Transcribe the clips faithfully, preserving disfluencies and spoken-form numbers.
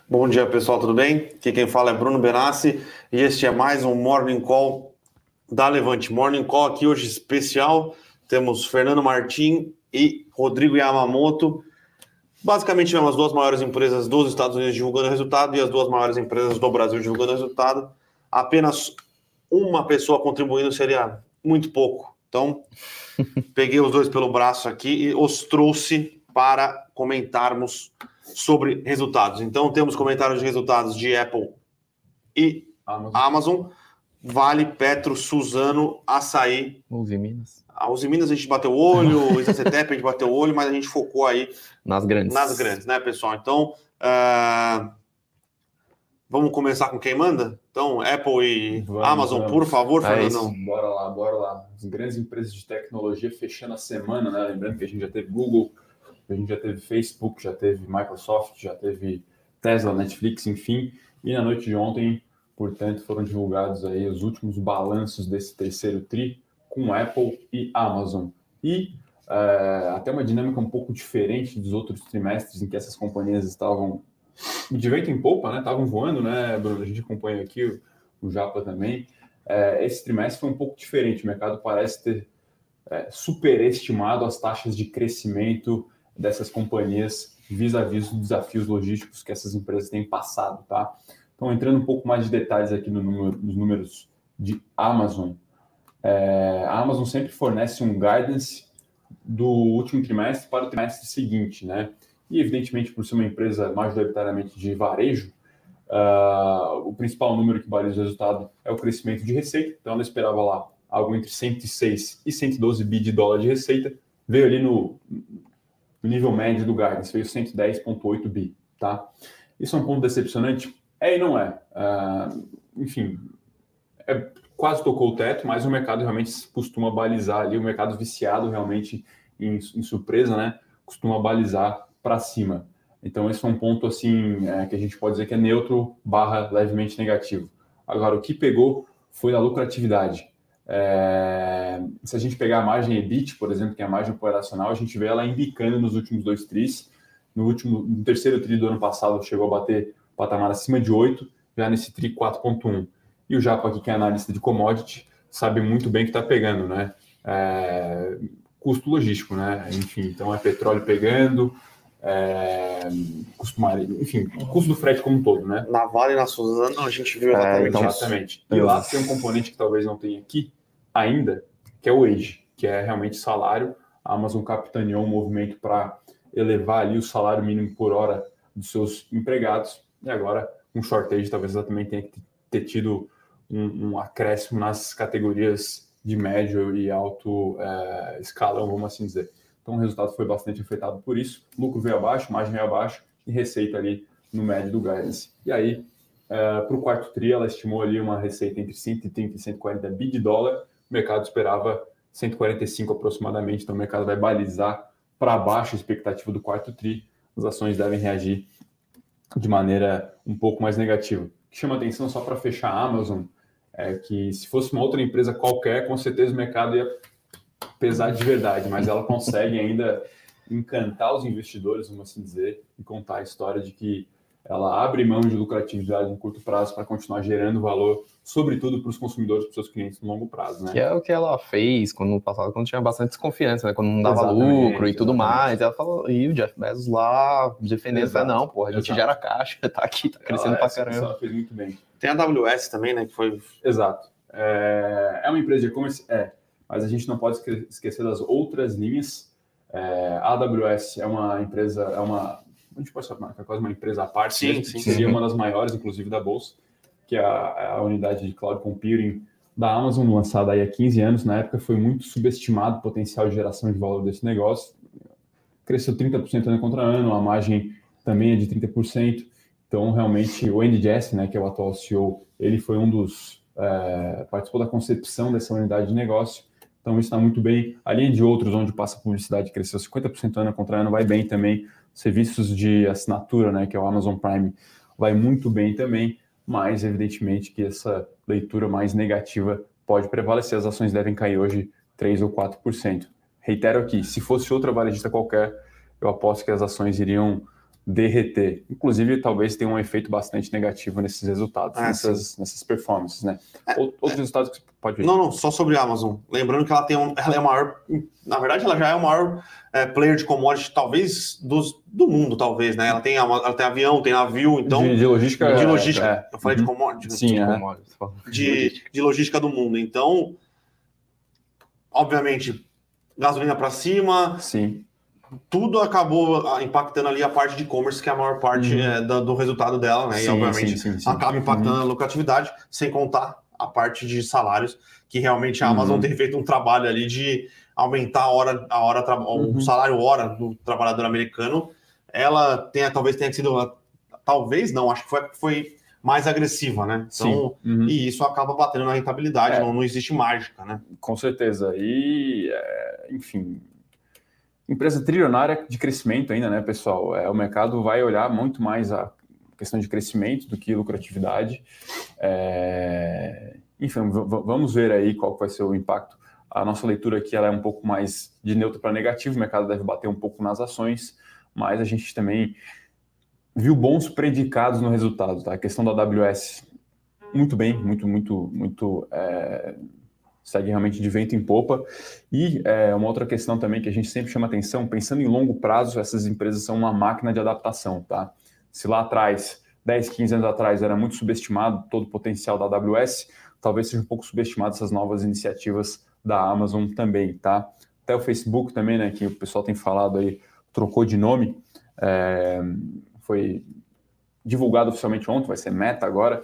Bom dia, pessoal, tudo bem? Aqui quem fala é Bruno Benassi e este é mais um Morning Call da Levante. Morning Call aqui hoje especial. Temos Fernando Martin e Rodrigo Yamamoto. Basicamente, tivemos as duas maiores empresas dos Estados Unidos divulgando resultado e as duas maiores empresas do Brasil divulgando resultado. Apenas uma pessoa contribuindo seria muito pouco. Então, peguei os dois pelo braço aqui e os trouxe para comentarmos sobre resultados. Então, temos comentários de resultados de Apple e Amazon, Amazon Vale, Petro, Suzano, Açaí. Uzi Minas. A Uzi Minas a gente bateu o olho, o Isacetep a gente bateu o olho, mas a gente focou aí nas grandes, nas grandes, né, pessoal? Então, uh... vamos começar com quem manda? Então, Apple e vamos, Amazon, vamos. Por favor, é Fernandão. Isso. Bora lá, bora lá. As grandes empresas de tecnologia fechando a semana, né? Lembrando que a gente já teve Google, a gente já teve Facebook, já teve Microsoft, já teve Tesla, Netflix, enfim. E na noite de ontem, portanto, foram divulgados aí os últimos balanços desse terceiro tri com Apple e Amazon. E é, até uma dinâmica um pouco diferente dos outros trimestres em que essas companhias estavam de vento em polpa, né? Estavam voando, né, Bruno? A gente acompanha aqui o, o Japa também. É, esse trimestre foi um pouco diferente. O mercado parece ter é, superestimado as taxas de crescimento dessas companhias vis-à-vis dos desafios logísticos que essas empresas têm passado, tá? Então, entrando um pouco mais de detalhes aqui no número, nos números de Amazon. É, a Amazon sempre fornece um guidance do último trimestre para o trimestre seguinte, né? E, evidentemente, por ser uma empresa majoritariamente de varejo, uh, o principal número que baliza o resultado é o crescimento de receita. Então, ela esperava lá algo entre cento e seis e cento e doze bi de dólar de receita. Veio ali no, no nível médio do guidance, veio cento e dez vírgula oito bi, tá? Isso é um ponto decepcionante? É e não é. Uh, enfim, é, quase tocou o teto, mas o mercado realmente costuma balizar ali, o mercado viciado realmente em, em surpresa, né? Costuma balizar para cima. Então, esse é um ponto assim é, que a gente pode dizer que é neutro barra levemente negativo. Agora, o que pegou foi a lucratividade. É, se a gente pegar a margem E B I T, por exemplo, que é a margem operacional, a gente vê ela embicando nos últimos dois tris. No, último, no terceiro tri do ano passado, chegou a bater patamar acima de oito, já nesse tri quatro ponto um. E o Japa aqui, que é analista de commodity, sabe muito bem que está pegando, né? É, custo logístico, né? Enfim, então é petróleo pegando, É, costumar, enfim, o custo do frete como um todo, né? Na Vale e na Suzano a gente viu exatamente, é, então, exatamente. E lá tem um componente que talvez não tenha aqui ainda, que é o wage, que é realmente salário. A Amazon capitaneou um movimento para elevar ali o salário mínimo por hora dos seus empregados, e agora um shortage talvez ela também tenha que ter tido um, um acréscimo nas categorias de médio e alto é, escalão, vamos assim dizer. Então, o resultado foi bastante afetado por isso. Lucro veio abaixo, margem veio abaixo e receita ali no médio do guidance. E aí, uh, para o quarto tri, ela estimou ali uma receita entre cento e trinta e cento e quarenta bi de dólar. O mercado esperava cento e quarenta e cinco aproximadamente. Então, o mercado vai balizar para baixo a expectativa do quarto tri. As ações devem reagir de maneira um pouco mais negativa. O que chama atenção, só para fechar a Amazon, é que se fosse uma outra empresa qualquer, com certeza o mercado ia pesar de verdade, mas ela consegue ainda encantar os investidores, vamos assim dizer, e contar a história de que ela abre mão de lucratividade no curto prazo para continuar gerando valor, sobretudo para os consumidores, para os seus clientes no longo prazo, né? Que é o que ela fez quando no passado, quando tinha bastante desconfiança, né? Quando não dava exatamente, lucro e tudo exatamente. mais. Ela falou, e o Jeff Bezos lá defendendo, falou, não, pô, a gente exato. gera caixa, tá aqui, tá crescendo ela, pra caramba. Ela fez muito bem. Tem a A W S também, né? Que foi... Exato. É, é uma empresa de e-commerce? É. Mas a gente não pode esquecer das outras linhas. É, a AWS é uma empresa, é uma, a gente pode chamar, é quase uma empresa à parte, sim, mesmo, sim, seria sim. uma das maiores, inclusive, da Bolsa, que é a, a unidade de Cloud Computing da Amazon, lançada aí há quinze anos. Na época foi muito subestimado o potencial de geração de valor desse negócio. Cresceu trinta por cento ano contra ano, a margem também é de trinta por cento. Então, realmente, o Andy Jassy, né, que é o atual C E O, ele foi um dos, é, participou da concepção dessa unidade de negócio. Então, isso está muito bem. Além de outros, onde passa publicidade, cresceu cinquenta por cento ano contra ano, vai bem também. Serviços de assinatura, né, que é o Amazon Prime, vai muito bem também, mas, evidentemente, que essa leitura mais negativa pode prevalecer. As ações devem cair hoje três ou quatro por cento. Reitero aqui, se fosse outra varejista qualquer, eu aposto que as ações iriam derreter. Inclusive, talvez tenha um efeito bastante negativo nesses resultados, ah, nessas, nessas performances, né? É, Outros é, resultados que você pode ver. Não, não, só sobre a Amazon. Lembrando que ela tem um, ela é a maior, na verdade, ela já é o maior é, player de commodity, talvez, dos, do mundo, talvez, né? Ela tem, ela tem avião, tem navio, então... De, de logística... De logística, é, eu falei uhum. de commodity. Sim, de, é. commodity, de, de logística do mundo. Então, obviamente, gasolina para cima... Sim. Tudo acabou impactando ali a parte de e-commerce, que é a maior parte uhum. é, do, do resultado dela, né? Sim, e obviamente sim, sim, sim. acaba impactando uhum. a lucratividade, sem contar a parte de salários, que realmente a uhum. Amazon tem feito um trabalho ali de aumentar a hora, a hora uhum. o salário hora do trabalhador americano. Ela tem, talvez tenha sido, talvez não, acho que foi, foi mais agressiva, né? Então, uhum. E isso acaba batendo na rentabilidade, é. não, não existe mágica, né? Com certeza. E, é, enfim... Empresa trilionária de crescimento ainda, né, pessoal? É, o mercado vai olhar muito mais a questão de crescimento do que lucratividade. É... Enfim, vamos ver aí qual vai ser o impacto. A nossa leitura aqui ela é um pouco mais de neutro para negativo, o mercado deve bater um pouco nas ações, mas a gente também viu bons predicados no resultado, tá? A questão da A W S, muito bem, muito, muito, muito... É... segue realmente de vento em popa. E é, uma outra questão também que a gente sempre chama atenção, pensando em longo prazo, essas empresas são uma máquina de adaptação, tá? Se lá atrás, dez, quinze anos atrás, era muito subestimado todo o potencial da A W S, talvez seja um pouco subestimado essas novas iniciativas da Amazon também, tá? Até o Facebook também, né, que o pessoal tem falado aí, trocou de nome, é, foi divulgado oficialmente ontem, vai ser Meta agora.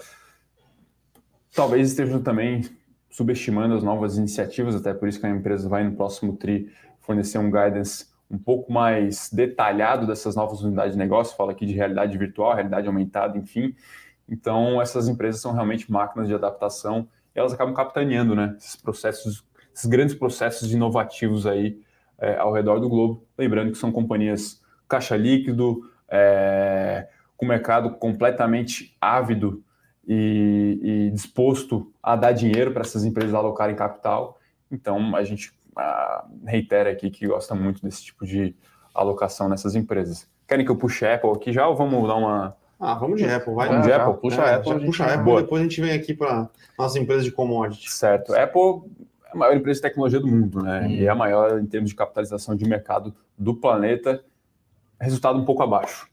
Talvez estejam também subestimando as novas iniciativas, até por isso que a empresa vai no próximo tri fornecer um guidance um pouco mais detalhado dessas novas unidades de negócio, fala aqui de realidade virtual, realidade aumentada, enfim. Então, essas empresas são realmente máquinas de adaptação e elas acabam capitaneando, né, esses processos, esses grandes processos inovativos aí é, ao redor do globo. Lembrando que são companhias caixa líquido, é, com o mercado completamente ávido E, e disposto a dar dinheiro para essas empresas alocarem capital. Então, a gente a, reitera aqui que gosta muito desse tipo de alocação nessas empresas. Querem que eu puxe a Apple aqui já ou vamos dar uma... Ah, vamos de Apple, vai. Vamos de já, Apple? Puxa é, a Apple, já puxa a Apple, depois a gente vem aqui para nossas empresas de commodity. Certo. A Apple é a maior empresa de tecnologia do mundo, né? Hum. E é a maior em termos de capitalização de mercado do planeta. Resultado um pouco abaixo.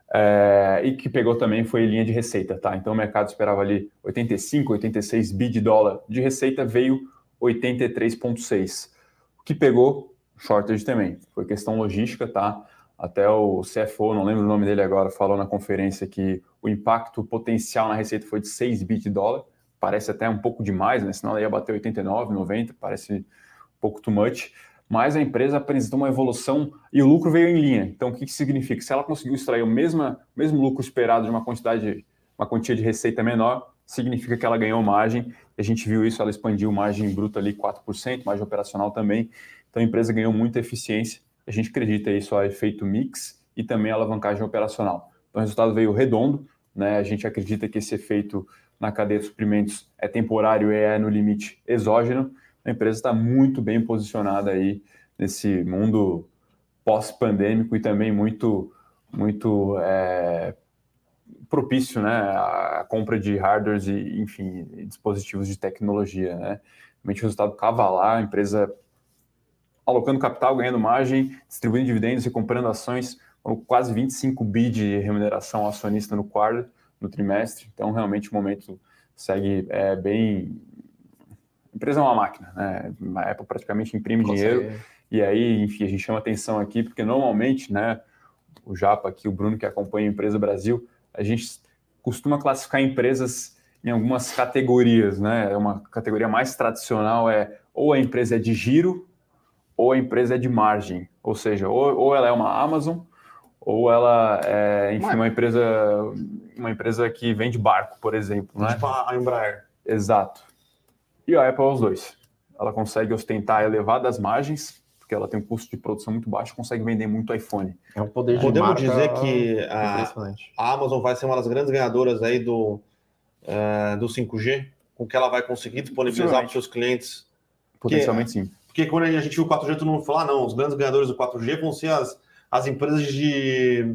É, e que pegou também foi linha de receita, tá? Então o mercado esperava ali oitenta e cinco, oitenta e seis bi de dólar de receita, veio oitenta e três vírgula seis. O que pegou, shortage também, foi questão logística, tá? Até o C F O, não lembro o nome dele agora, falou na conferência que o impacto potencial na receita foi de seis bi de dólar, parece até um pouco demais, né? Senão ela ia bater oitenta e nove, noventa, parece um pouco too much. Mas a empresa apresentou uma evolução e o lucro veio em linha. Então, o que, que significa? Se ela conseguiu extrair o mesmo, mesmo lucro esperado de uma quantidade, uma quantia de receita menor, significa que ela ganhou margem. A gente viu isso, ela expandiu margem bruta ali quatro por cento, margem operacional também. Então, a empresa ganhou muita eficiência. A gente acredita isso a efeito mix e também a alavancagem operacional. Então, o resultado veio redondo, né? A gente acredita que esse efeito na cadeia de suprimentos é temporário e é no limite exógeno. A empresa está muito bem posicionada aí nesse mundo pós-pandêmico e também muito, muito é, propício, né, à compra de hardwares e, enfim, dispositivos de tecnologia, né? Realmente o resultado cavalar, a empresa alocando capital, ganhando margem, distribuindo dividendos e comprando ações, com quase vinte e cinco bi de remuneração ao acionista no quarto, no trimestre. Então, realmente, o momento segue é, bem... A empresa é uma máquina, né? A Apple praticamente imprime Consegue. dinheiro e aí, enfim, a gente chama atenção aqui porque normalmente, né, o Japa aqui, o Bruno que acompanha a Empresa Brasil, a gente costuma classificar empresas em algumas categorias, né? Uma categoria mais tradicional é ou a empresa é de giro ou a empresa é de margem, ou seja, ou, ou ela é uma Amazon ou ela é, enfim, uma empresa, uma empresa que vende barco, por exemplo, né? Tipo a Embraer. Exato. E a Apple é os dois. Ela consegue ostentar elevadas margens, porque ela tem um custo de produção muito baixo, consegue vender muito iPhone. É um poder de Podemos marca dizer que a, a Amazon vai ser uma das grandes ganhadoras aí do, uh, do cinco G, com que ela vai conseguir disponibilizar para os seus clientes. Potencialmente porque, sim. Porque quando a gente viu o quatro G, todo mundo falou, ah, não, os grandes ganhadores do quatro G vão ser as, as empresas de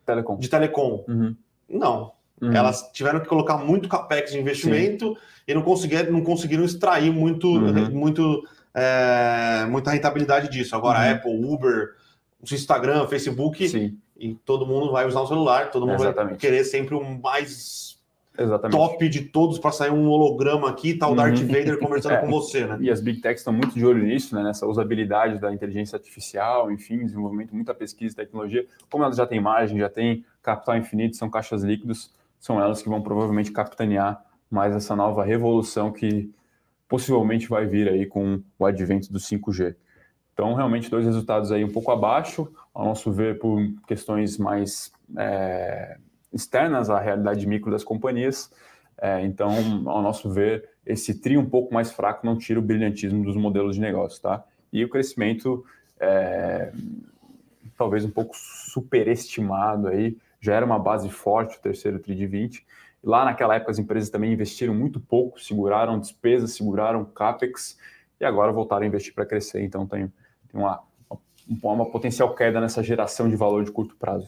Telecom. De telecom. Uhum. Não. Uhum. Elas tiveram que colocar muito capex de investimento Sim. e não conseguiram, não conseguiram extrair muito, uhum. muito, é, muita rentabilidade disso. Agora, uhum. Apple, Uber, o Instagram, Facebook, Sim. e todo mundo vai usar o celular, todo mundo Exatamente. vai querer sempre o mais Exatamente. top de todos para sair um holograma aqui, tá o Darth uhum. Vader conversando é, com você, né? E as Big Techs estão muito de olho nisso, né? Nessa usabilidade da inteligência artificial, enfim, desenvolvimento, muita pesquisa e tecnologia. Como elas já têm margem, já têm capital infinito, são caixas líquidos, são elas que vão provavelmente capitanear mais essa nova revolução que possivelmente vai vir aí com o advento do cinco G. Então, realmente, dois resultados aí um pouco abaixo, ao nosso ver, por questões mais é, externas à realidade micro das companhias. É, então, ao nosso ver, esse trio um pouco mais fraco não tira o brilhantismo dos modelos de negócio, tá? E o crescimento, é, talvez um pouco superestimado aí, já era uma base forte, o terceiro tri de vinte. Lá naquela época as empresas também investiram muito pouco, seguraram despesas, seguraram capex e agora voltaram a investir para crescer. Então tem, tem uma, uma, uma potencial queda nessa geração de valor de curto prazo.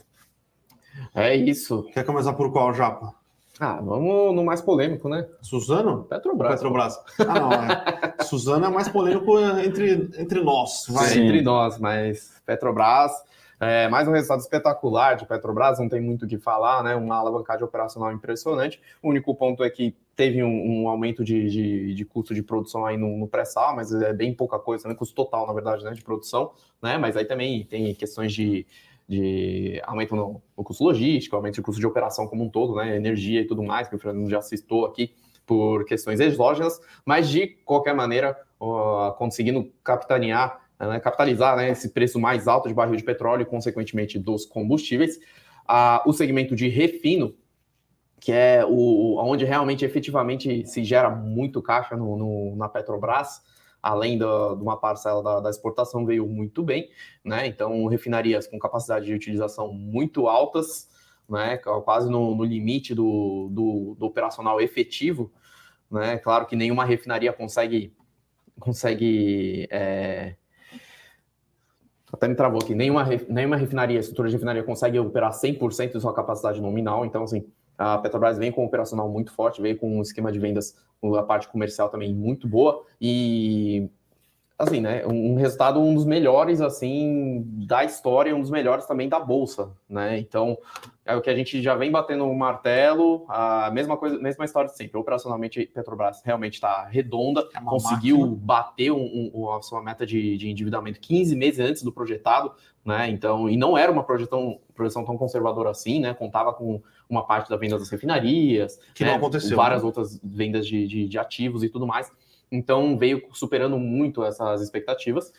É isso. Quer começar por qual, Japa? Ah, vamos no mais polêmico, né? Suzano? Petrobras. Petrobras. Ah, não, é. Suzano é mais polêmico entre, entre nós. Vai. Sim, entre nós, mas Petrobras... É, mais um resultado espetacular de Petrobras, não tem muito o que falar, né? Uma alavancagem operacional impressionante. O único ponto é que teve um, um aumento de, de, de custo de produção aí no, no pré-sal, mas é bem pouca coisa, né? Custo total, na verdade, né? De produção, né? Mas aí também tem questões de, de aumento no, no custo logístico, aumento de custo de operação como um todo, né? Energia e tudo mais, que o Fernando já citou aqui, por questões exógenas, mas de qualquer maneira, ó, conseguindo capitanear, né, capitalizar, né, esse preço mais alto de barril de petróleo e, consequentemente, dos combustíveis. Ah, o segmento de refino, que é o, onde realmente, efetivamente, se gera muito caixa no, no, na Petrobras, além da, de uma parcela da, da exportação, veio muito bem, né? Então, refinarias com capacidade de utilização muito altas, né, quase no, no limite do, do, do operacional efetivo, né? Claro que nenhuma refinaria consegue... consegue é... Até me travou aqui. Nenhuma, nenhuma refinaria, estrutura de refinaria consegue operar cem por cento de sua capacidade nominal. Então, assim, a Petrobras vem com um operacional muito forte, veio com um esquema de vendas, a parte comercial também muito boa. E, assim, né, um resultado, um dos melhores, assim, da história, um dos melhores também da Bolsa, né? Então, é o que a gente já vem batendo o martelo, a mesma coisa, mesma história de sempre. Operacionalmente, Petrobras realmente está redonda, é conseguiu máquina. bater um, um, a sua meta de, de endividamento quinze meses antes do projetado, né? Então, e não era uma projeção, projeção tão conservadora assim, né? Contava com uma parte da venda das refinarias, que né? não aconteceu, várias né? outras vendas de, de, de ativos e tudo mais. Então, veio superando muito essas expectativas.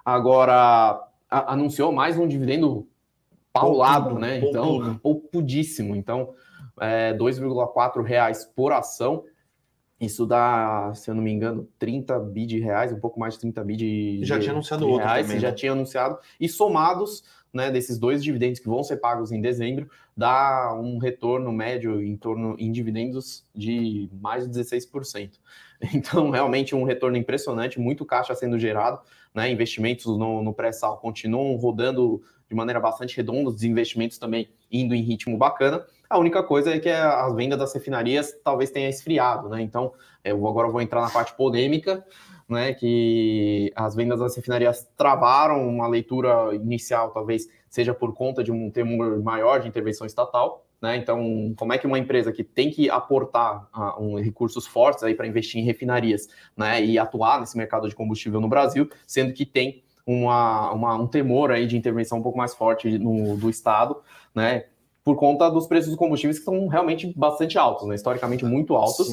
Agora, a, anunciou mais um dividendo paulado, tudo, né? Então, tudo. Poupudíssimo. Então, é, dois vírgula quatro reais por ação. Isso dá, se eu não me engano, trinta bi de reais, um pouco mais de trinta bi de, já de, tinha anunciado de outro reais. também, Já né? tinha anunciado. E somados, né, desses dois dividendos que vão ser pagos em dezembro, dá um retorno médio em torno em dividendos de mais de dezesseis por cento. Então, realmente um retorno impressionante, muito caixa sendo gerado, né? Investimentos no, no pré-sal continuam rodando de maneira bastante redonda, os investimentos também indo em ritmo bacana. A única coisa é que a venda das refinarias talvez tenha esfriado, né? Então, eu agora vou entrar na parte polêmica, né? Que as vendas das refinarias travaram, uma leitura inicial talvez seja por conta de um temor maior de intervenção estatal, né? Então, como é que uma empresa que tem que aportar uh, um, recursos fortes aí para investir em refinarias, né, e atuar nesse mercado de combustível no Brasil, sendo que tem uma, uma, um temor aí de intervenção um pouco mais forte no, do Estado, né, por conta dos preços dos combustíveis que são realmente bastante altos, né, historicamente muito altos.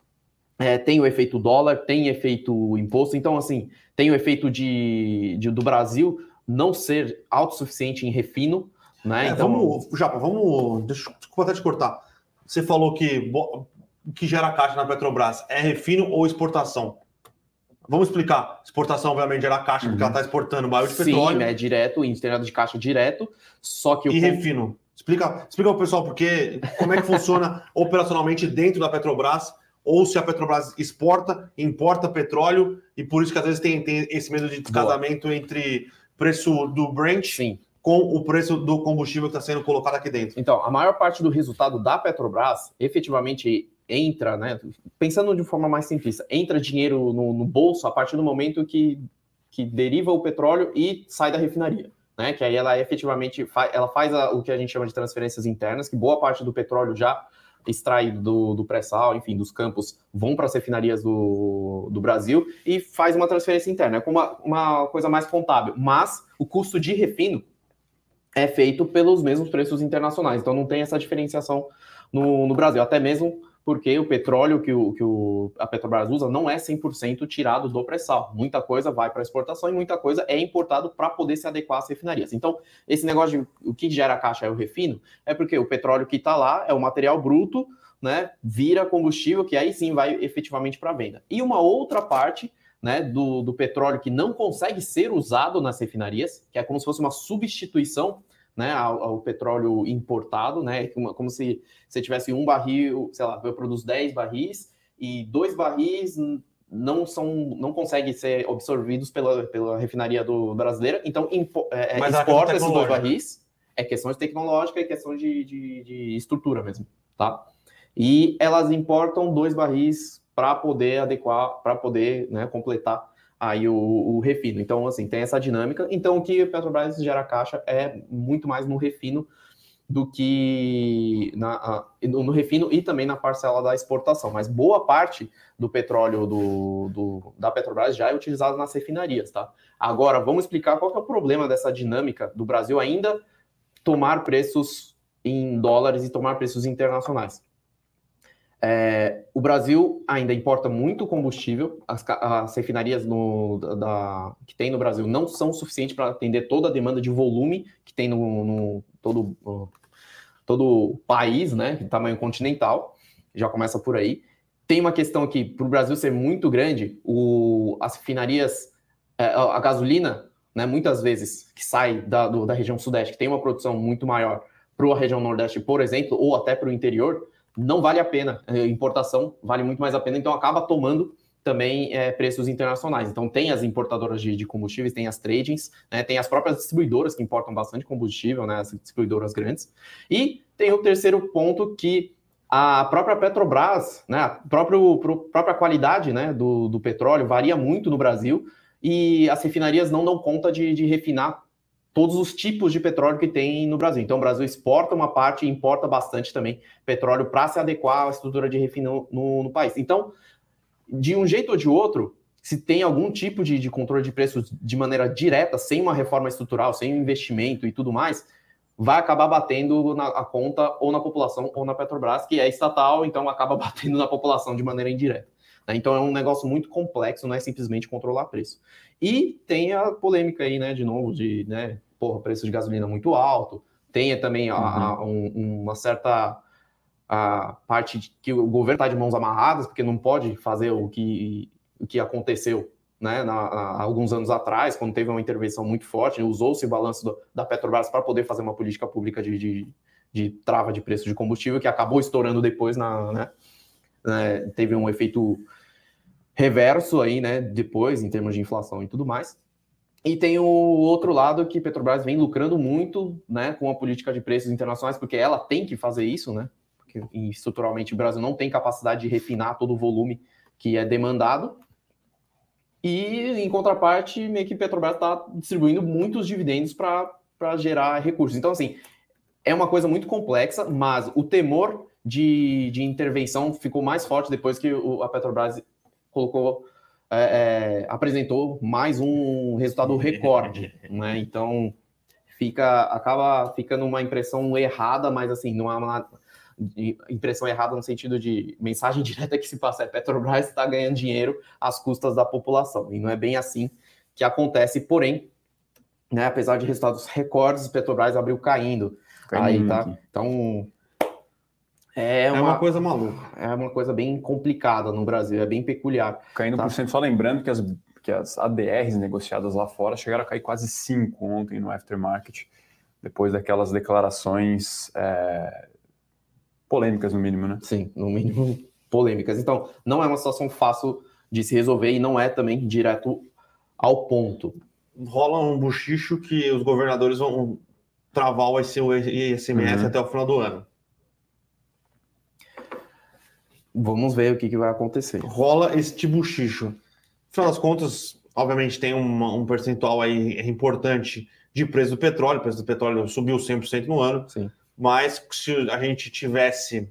É, tem o efeito dólar, tem efeito imposto, então, assim, tem o efeito de, de, do Brasil não ser autossuficiente em refino, né? É, então... Vamos, Japa, vamos... Deixa eu até te cortar. Você falou que o que gera caixa na Petrobras é refino ou exportação? Vamos explicar. Exportação, obviamente, gera caixa, uhum. porque ela está exportando barril de Sim, petróleo. Sim, é direto, internado de caixa direto, só que... O e refino? Explica, explica ao pessoal porque, como é que funciona operacionalmente dentro da Petrobras, ou se a Petrobras exporta, importa petróleo, e por isso que às vezes tem, tem esse medo de descasamento Boa. entre... preço do Brent Sim. com o preço do combustível que está sendo colocado aqui dentro? Então, a maior parte do resultado da Petrobras efetivamente entra, né, pensando de forma mais simplista, entra dinheiro no, no bolso a partir do momento que, que deriva o petróleo e sai da refinaria, né, que aí ela efetivamente fa- ela faz a, o que a gente chama de transferências internas, que boa parte do petróleo já extraído do, do pré-sal, enfim, dos campos, vão para as refinarias do, do Brasil e faz uma transferência interna, é como uma, uma coisa mais contábil, mas o custo de refino é feito pelos mesmos preços internacionais, então não tem essa diferenciação no, no Brasil, até mesmo porque o petróleo que, o, que o, a Petrobras usa não é cem por cento tirado do pré-sal, muita coisa vai para exportação e muita coisa é importado para poder se adequar às refinarias. Então, esse negócio de o que gera caixa é o refino, é porque o petróleo que está lá é o material bruto, né, vira combustível, que aí sim vai efetivamente para a venda. E uma outra parte, né, do, do petróleo que não consegue ser usado nas refinarias, que é como se fosse uma substituição, né, ao, ao petróleo importado, né, como, como se você tivesse um barril, sei lá, eu produzo dez barris e dois barris não são, não conseguem ser absorvidos pela, pela refinaria do brasileira, então impo, é, exporta esses dois barris, é questão de tecnológica e questão de, de, de estrutura mesmo, tá? E elas importam dois barris para poder adequar, para poder, né, completar aí o, o refino. Então, assim, tem essa dinâmica. Então, o que o Petrobras gera caixa é muito mais no refino do que na, no refino e também na parcela da exportação. Mas boa parte do petróleo do, do, da Petrobras já é utilizado nas refinarias, tá? Agora, vamos explicar qual que é o problema dessa dinâmica do Brasil ainda tomar preços em dólares e tomar preços internacionais. É, o Brasil ainda importa muito combustível, as, as refinarias no, da, que tem no Brasil não são suficientes para atender toda a demanda de volume que tem no, no todo, no, todo o país, né, de tamanho continental, já começa por aí. Tem uma questão aqui, para o Brasil ser muito grande, o, as refinarias, é, a gasolina, né, muitas vezes, que sai da, do, da região sudeste, que tem uma produção muito maior, para a região nordeste, por exemplo, ou até para o interior, não vale a pena, importação vale muito mais a pena, então acaba tomando também é, preços internacionais. Então tem as importadoras de, de combustíveis, tem as tradings, né, tem as próprias distribuidoras que importam bastante combustível, né, as distribuidoras grandes. E tem o terceiro ponto que a própria Petrobras, né, a próprio, própria qualidade, né, do, do petróleo varia muito no Brasil e as refinarias não dão conta de, de refinar todos os tipos de petróleo que tem no Brasil. Então, o Brasil exporta uma parte e importa bastante também petróleo para se adequar à estrutura de refino no, no país. Então, de um jeito ou de outro, se tem algum tipo de, de controle de preços de maneira direta, sem uma reforma estrutural, sem um investimento e tudo mais, vai acabar batendo na a conta ou na população ou na Petrobras, que é estatal, então acaba batendo na população de maneira indireta. Então é um negócio muito complexo, não é simplesmente controlar preço. E tem a polêmica aí, né, de novo, de, né, porra, preço de gasolina muito alto, tem também a, a, um, uma certa a parte de que o governo está de mãos amarradas, porque não pode fazer o que, o que aconteceu, né, na, há alguns anos atrás, quando teve uma intervenção muito forte, usou-se o balanço do, da Petrobras para poder fazer uma política pública de, de, de trava de preço de combustível, que acabou estourando depois, na, né, né, teve um efeito reverso aí, né, depois, em termos de inflação e tudo mais. E tem o outro lado que Petrobras vem lucrando muito, né, com a política de preços internacionais, porque ela tem que fazer isso, né, porque estruturalmente o Brasil não tem capacidade de refinar todo o volume que é demandado. E, em contraparte, meio que Petrobras está distribuindo muitos dividendos para gerar recursos. Então, assim, é uma coisa muito complexa, mas o temor de, de intervenção ficou mais forte depois que o, a Petrobras colocou, é, é, apresentou mais um resultado recorde, né? Então fica, acaba ficando uma impressão errada, mas assim, não é uma impressão errada no sentido de mensagem direta que se passa, é Petrobras está ganhando dinheiro às custas da população, e não é bem assim que acontece, porém, né, apesar de resultados recordes, Petrobras abriu caindo. Aí, tá? Então É uma, é uma coisa maluca. É uma coisa bem complicada no Brasil, é bem peculiar. Caindo tá? por cento, só lembrando que as, que as A D Rs negociadas lá fora chegaram a cair quase cinco ontem no aftermarket, depois daquelas declarações é, polêmicas, no mínimo, né? Sim, no mínimo polêmicas. Então, não é uma situação fácil de se resolver e não é também direto ao ponto. Rola um bochicho que os governadores vão travar o I C M S uhum. até o final do ano. Vamos ver o que, que vai acontecer. Rola esse buchicho. No final das contas, obviamente tem uma, um percentual aí importante de preço do petróleo. O preço do petróleo subiu cem por cento no ano. Sim. Mas se a gente tivesse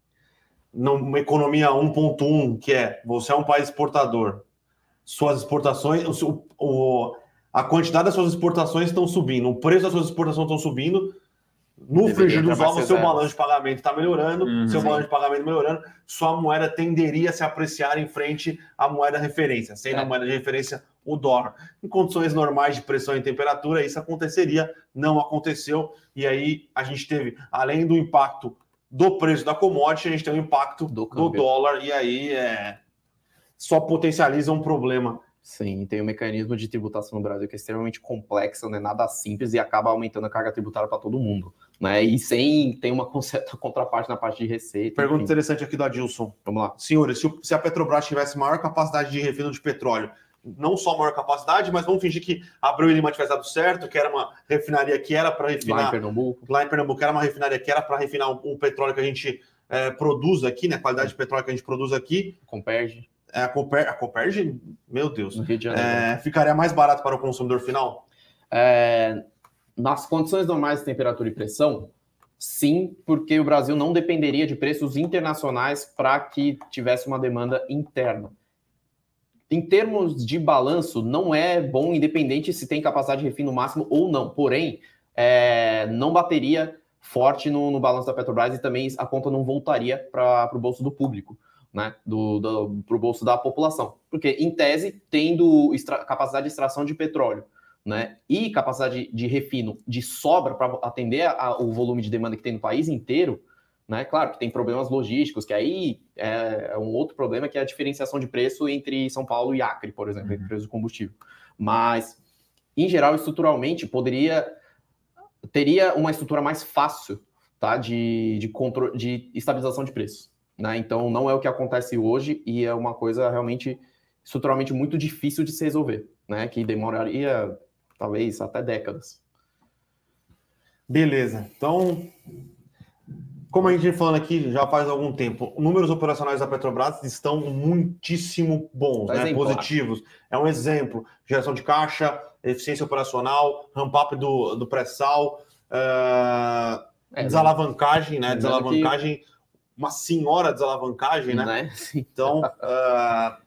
numa economia um ponto um, que é você é um país exportador, suas exportações, o, o, a quantidade das suas exportações estão subindo, o preço das suas exportações estão subindo, no frigir dos ovos, seu balanço de pagamento está melhorando, uhum, seu sim. balanço de pagamento melhorando, sua moeda tenderia a se apreciar em frente à moeda referência, sendo é. a moeda de referência o dólar. Em condições normais de pressão e temperatura, isso aconteceria, não aconteceu, e aí a gente teve, além do impacto do preço da commodity, a gente tem o impacto do, do dólar, e aí é, só potencializa um problema. Sim, tem um mecanismo de tributação no Brasil que é extremamente complexo, não é nada simples e acaba aumentando a carga tributária para todo mundo, né? E sem tem uma certa contraparte na parte de receita. Pergunta enfim. interessante aqui do Adilson. Vamos lá. Senhores, se, se a Petrobras tivesse maior capacidade de refino de petróleo, não só maior capacidade, mas vamos fingir que Abreu e Lima tivesse dado certo, que era uma refinaria que era para refinar... Lá em Pernambuco. Lá em Pernambuco, era uma refinaria que era para refinar o, o petróleo que a gente é, produz aqui, né? A qualidade de petróleo que a gente produz aqui. Comperge. É, a, Comper, a Comperge, meu Deus, no Rio de Janeiro, é, ficaria mais barato para o consumidor final? É, nas condições normais de temperatura e pressão, sim, porque o Brasil não dependeria de preços internacionais para que tivesse uma demanda interna. Em termos de balanço, não é bom, independente se tem capacidade de refino máximo ou não. Porém, é, não bateria forte no, no balanço da Petrobras e também a conta não voltaria para o bolso do público, né? do, do, para o bolso da população. Porque, em tese, tendo extra, capacidade de extração de petróleo, né? E capacidade de, de refino de sobra para atender a, a, o volume de demanda que tem no país inteiro, né? Claro que tem problemas logísticos, que aí é, é um outro problema, que é a diferenciação de preço entre São Paulo e Acre, por exemplo, uhum. entre preço do combustível. Mas, em geral, estruturalmente, poderia teria uma estrutura mais fácil, tá? de, de, controle, de estabilização de preços. Né? Então, não é o que acontece hoje e é uma coisa realmente, estruturalmente, muito difícil de se resolver, né? Que demoraria, talvez, até décadas. Beleza. Então... Como a gente vem falando aqui já faz algum tempo, números operacionais da Petrobras estão muitíssimo bons, né? Positivos. É um exemplo. Geração de caixa, eficiência operacional, ramp-up do, do pré-sal, uh, é, desalavancagem, né? Desalavancagem, que... uma senhora desalavancagem, né? né? Então, uh,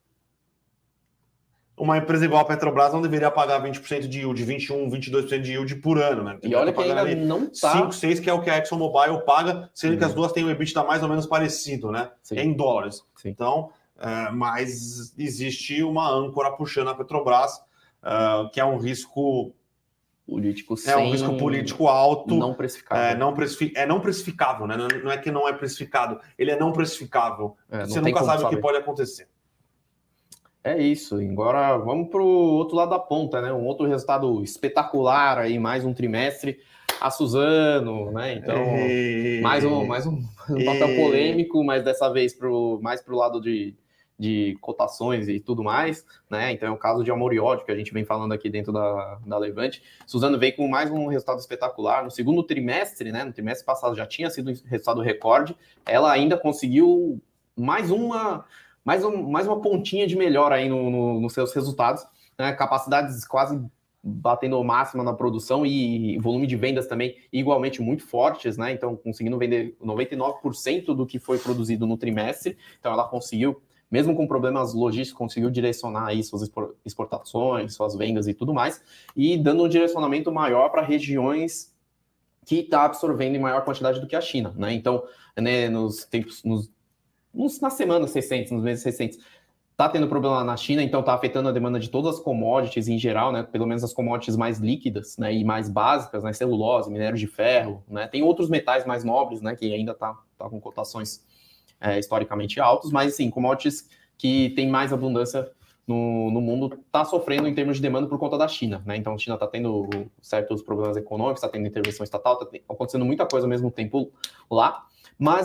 uma empresa igual a Petrobras não deveria pagar vinte por cento de yield, vinte e um, vinte e dois por cento de yield por ano, né? E olha que ainda não tá... cinco, seis, que é o que a ExxonMobil paga, sendo uhum. que as duas têm um EBITDA mais ou menos parecido, né? Sim. Em dólares. Sim. Então, é, mas existe uma âncora puxando a Petrobras, uh, que é um risco... político É sem... um risco político alto. Não precificável. É não, precifi... é não precificável, né? Não é que não é precificado, ele é não precificável. É, não Você nunca sabe saber. o que pode acontecer. É isso. Agora vamos para o outro lado da ponta, né? Um outro resultado espetacular aí, mais um trimestre. A Suzano, né? Então, e... mais um, mais um, um papel e... polêmico, mas dessa vez pro, mais para o lado de, de cotações e tudo mais, né? Então é o caso de amor e ódio que a gente vem falando aqui dentro da, da Levante. Suzano veio com mais um resultado espetacular. No segundo trimestre, né? No trimestre passado já tinha sido um resultado recorde. Ela ainda conseguiu mais uma... Mais, um, mais uma pontinha de melhora aí no, no, nos seus resultados, né? Capacidades quase batendo ao máximo na produção e volume de vendas também igualmente muito fortes, né? Então, conseguindo vender noventa e nove por cento do que foi produzido no trimestre. Então, ela conseguiu, mesmo com problemas logísticos, conseguiu direcionar aí suas exportações, suas vendas e tudo mais, e dando um direcionamento maior para regiões que está absorvendo em maior quantidade do que a China, né? Então, né, nos tempos... Nos nas semanas recentes, nos meses recentes, está tendo problema na China, então está afetando a demanda de todas as commodities em geral, né? Pelo menos as commodities mais líquidas, né? E mais básicas, né? Celulose, minério de ferro, né? Tem outros metais mais nobres, né? Que ainda está tá com cotações é, historicamente altas, mas sim, commodities que tem mais abundância no, no mundo está sofrendo em termos de demanda por conta da China, né? Então a China está tendo certos problemas econômicos, está tendo intervenção estatal, está acontecendo muita coisa ao mesmo tempo lá, mas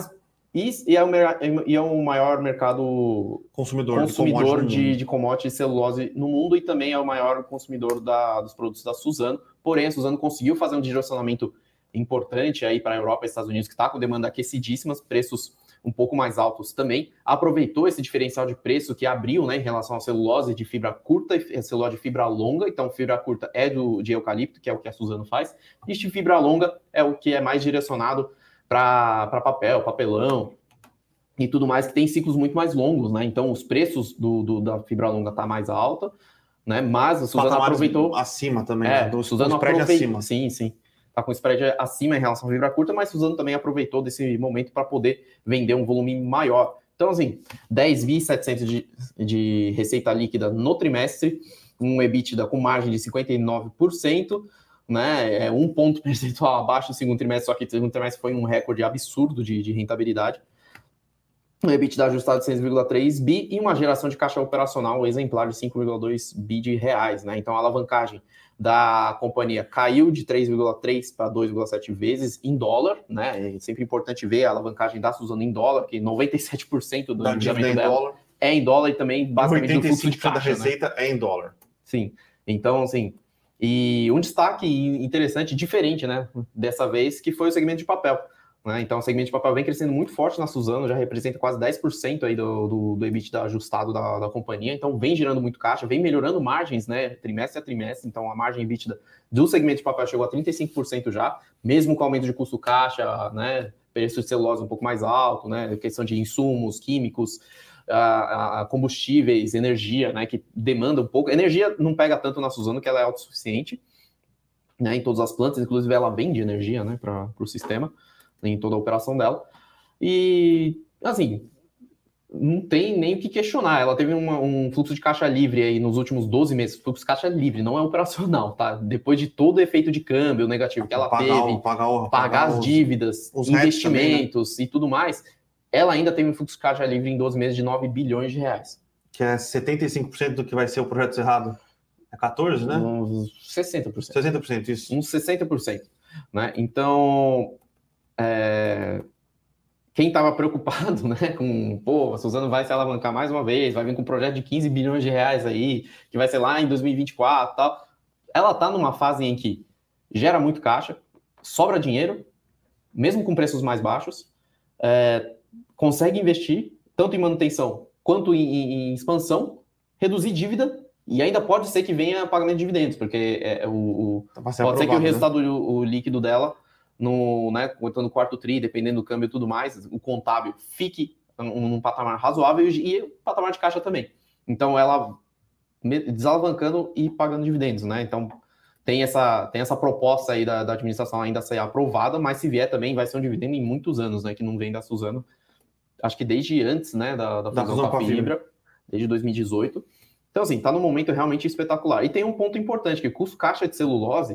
E, e, é, o, e é o maior mercado consumidor, consumidor de, de commodity e celulose no mundo e também é o maior consumidor da, dos produtos da Suzano. Porém, a Suzano conseguiu fazer um direcionamento importante aí para a Europa e Estados Unidos, que está com demanda aquecidíssimas, preços um pouco mais altos também. Aproveitou esse diferencial de preço que abriu, né, em relação à celulose de fibra curta e celulose de fibra longa. Então, fibra curta é do, de eucalipto, que é o que a Suzano faz. E de fibra longa é o que é mais direcionado para papel, papelão e tudo mais, que tem ciclos muito mais longos, né? Então, os preços do, do, da fibra longa tá mais alta, né? Mas a Suzano aproveitou... acima também, é, né? Do Suzano spread aproveitou, acima. Sim, sim. Tá com spread acima em relação à fibra curta, mas Suzano também aproveitou desse momento para poder vender um volume maior. Então, assim, dez mil e setecentos de, de receita líquida no trimestre, um EBITDA com margem de cinquenta e nove por cento, né, é um ponto percentual abaixo do segundo trimestre, só que o segundo trimestre foi um recorde absurdo de, de rentabilidade. Um EBITDA ajustado de seis vírgula três bi e uma geração de caixa operacional exemplar de cinco vírgula dois bi de reais, né? Então a alavancagem da companhia caiu de três vírgula três para dois vírgula sete vezes em dólar, né? É sempre importante ver a alavancagem da Suzano em dólar, que noventa e sete por cento do endividamento dela dólar. é em dólar e também basicamente do fluxo de caixa, da receita, né? É em dólar. Sim. Então, assim, e um destaque interessante, diferente, né, dessa vez, que foi o segmento de papel. Né? Então, o segmento de papel vem crescendo muito forte na Suzano, já representa quase dez por cento aí do, do, do EBITDA ajustado da, da companhia, então vem gerando muito caixa, vem melhorando margens, né, trimestre a trimestre, então a margem EBITDA do segmento de papel chegou a trinta e cinco por cento já, mesmo com o aumento de custo caixa, né, preço de celulose um pouco mais alto, né, questão de insumos, químicos, a, a combustíveis, energia, né, que demanda um pouco. Energia não pega tanto na Suzano, que ela é autossuficiente, né, em todas as plantas, inclusive ela vende energia, né, para o sistema, em toda a operação dela. E, assim, não tem nem o que questionar. Ela teve uma, um fluxo de caixa livre aí nos últimos doze meses. Fluxo de caixa livre, não é operacional, tá? Depois de todo o efeito de câmbio negativo que ela pagar, teve, pagar, o, pagar, pagar as os, dívidas, os investimentos também, né? E tudo mais, ela ainda teve um fluxo de caixa livre em doze meses de nove bilhões de reais. Que é setenta e cinco por cento do que vai ser o projeto Cerrado. É quatorze, né? Uns sessenta por cento. sessenta por cento, isso. Uns sessenta por cento. Né? Então... É... Quem estava preocupado, né, com, pô, a Suzano vai se alavancar mais uma vez, vai vir com um projeto de quinze bilhões de reais aí, que vai ser lá em dois mil e vinte e quatro e tal. Ela está numa fase em que gera muito caixa, sobra dinheiro, mesmo com preços mais baixos, é, consegue investir, tanto em manutenção quanto em, em, em expansão, reduzir dívida, e ainda pode ser que venha pagamento de dividendos, porque é, o, o, tá pode aprovado, ser que o resultado, né? o, o líquido dela, no, né, no quarto tri, dependendo do câmbio e tudo mais, o contábil fique num, num patamar razoável e, e o patamar de caixa também. Então, ela desalavancando e pagando dividendos, né? Então, tem essa, tem essa proposta aí da, da administração ainda a ser aprovada, mas se vier também vai ser um dividendo em muitos anos, né? Que não vem da Suzano, acho que desde antes, né? Da, da, da fusão com a Fibra, Fibra, desde dois mil e dezoito. Então, assim, tá num momento realmente espetacular. E tem um ponto importante, que o custo caixa de celulose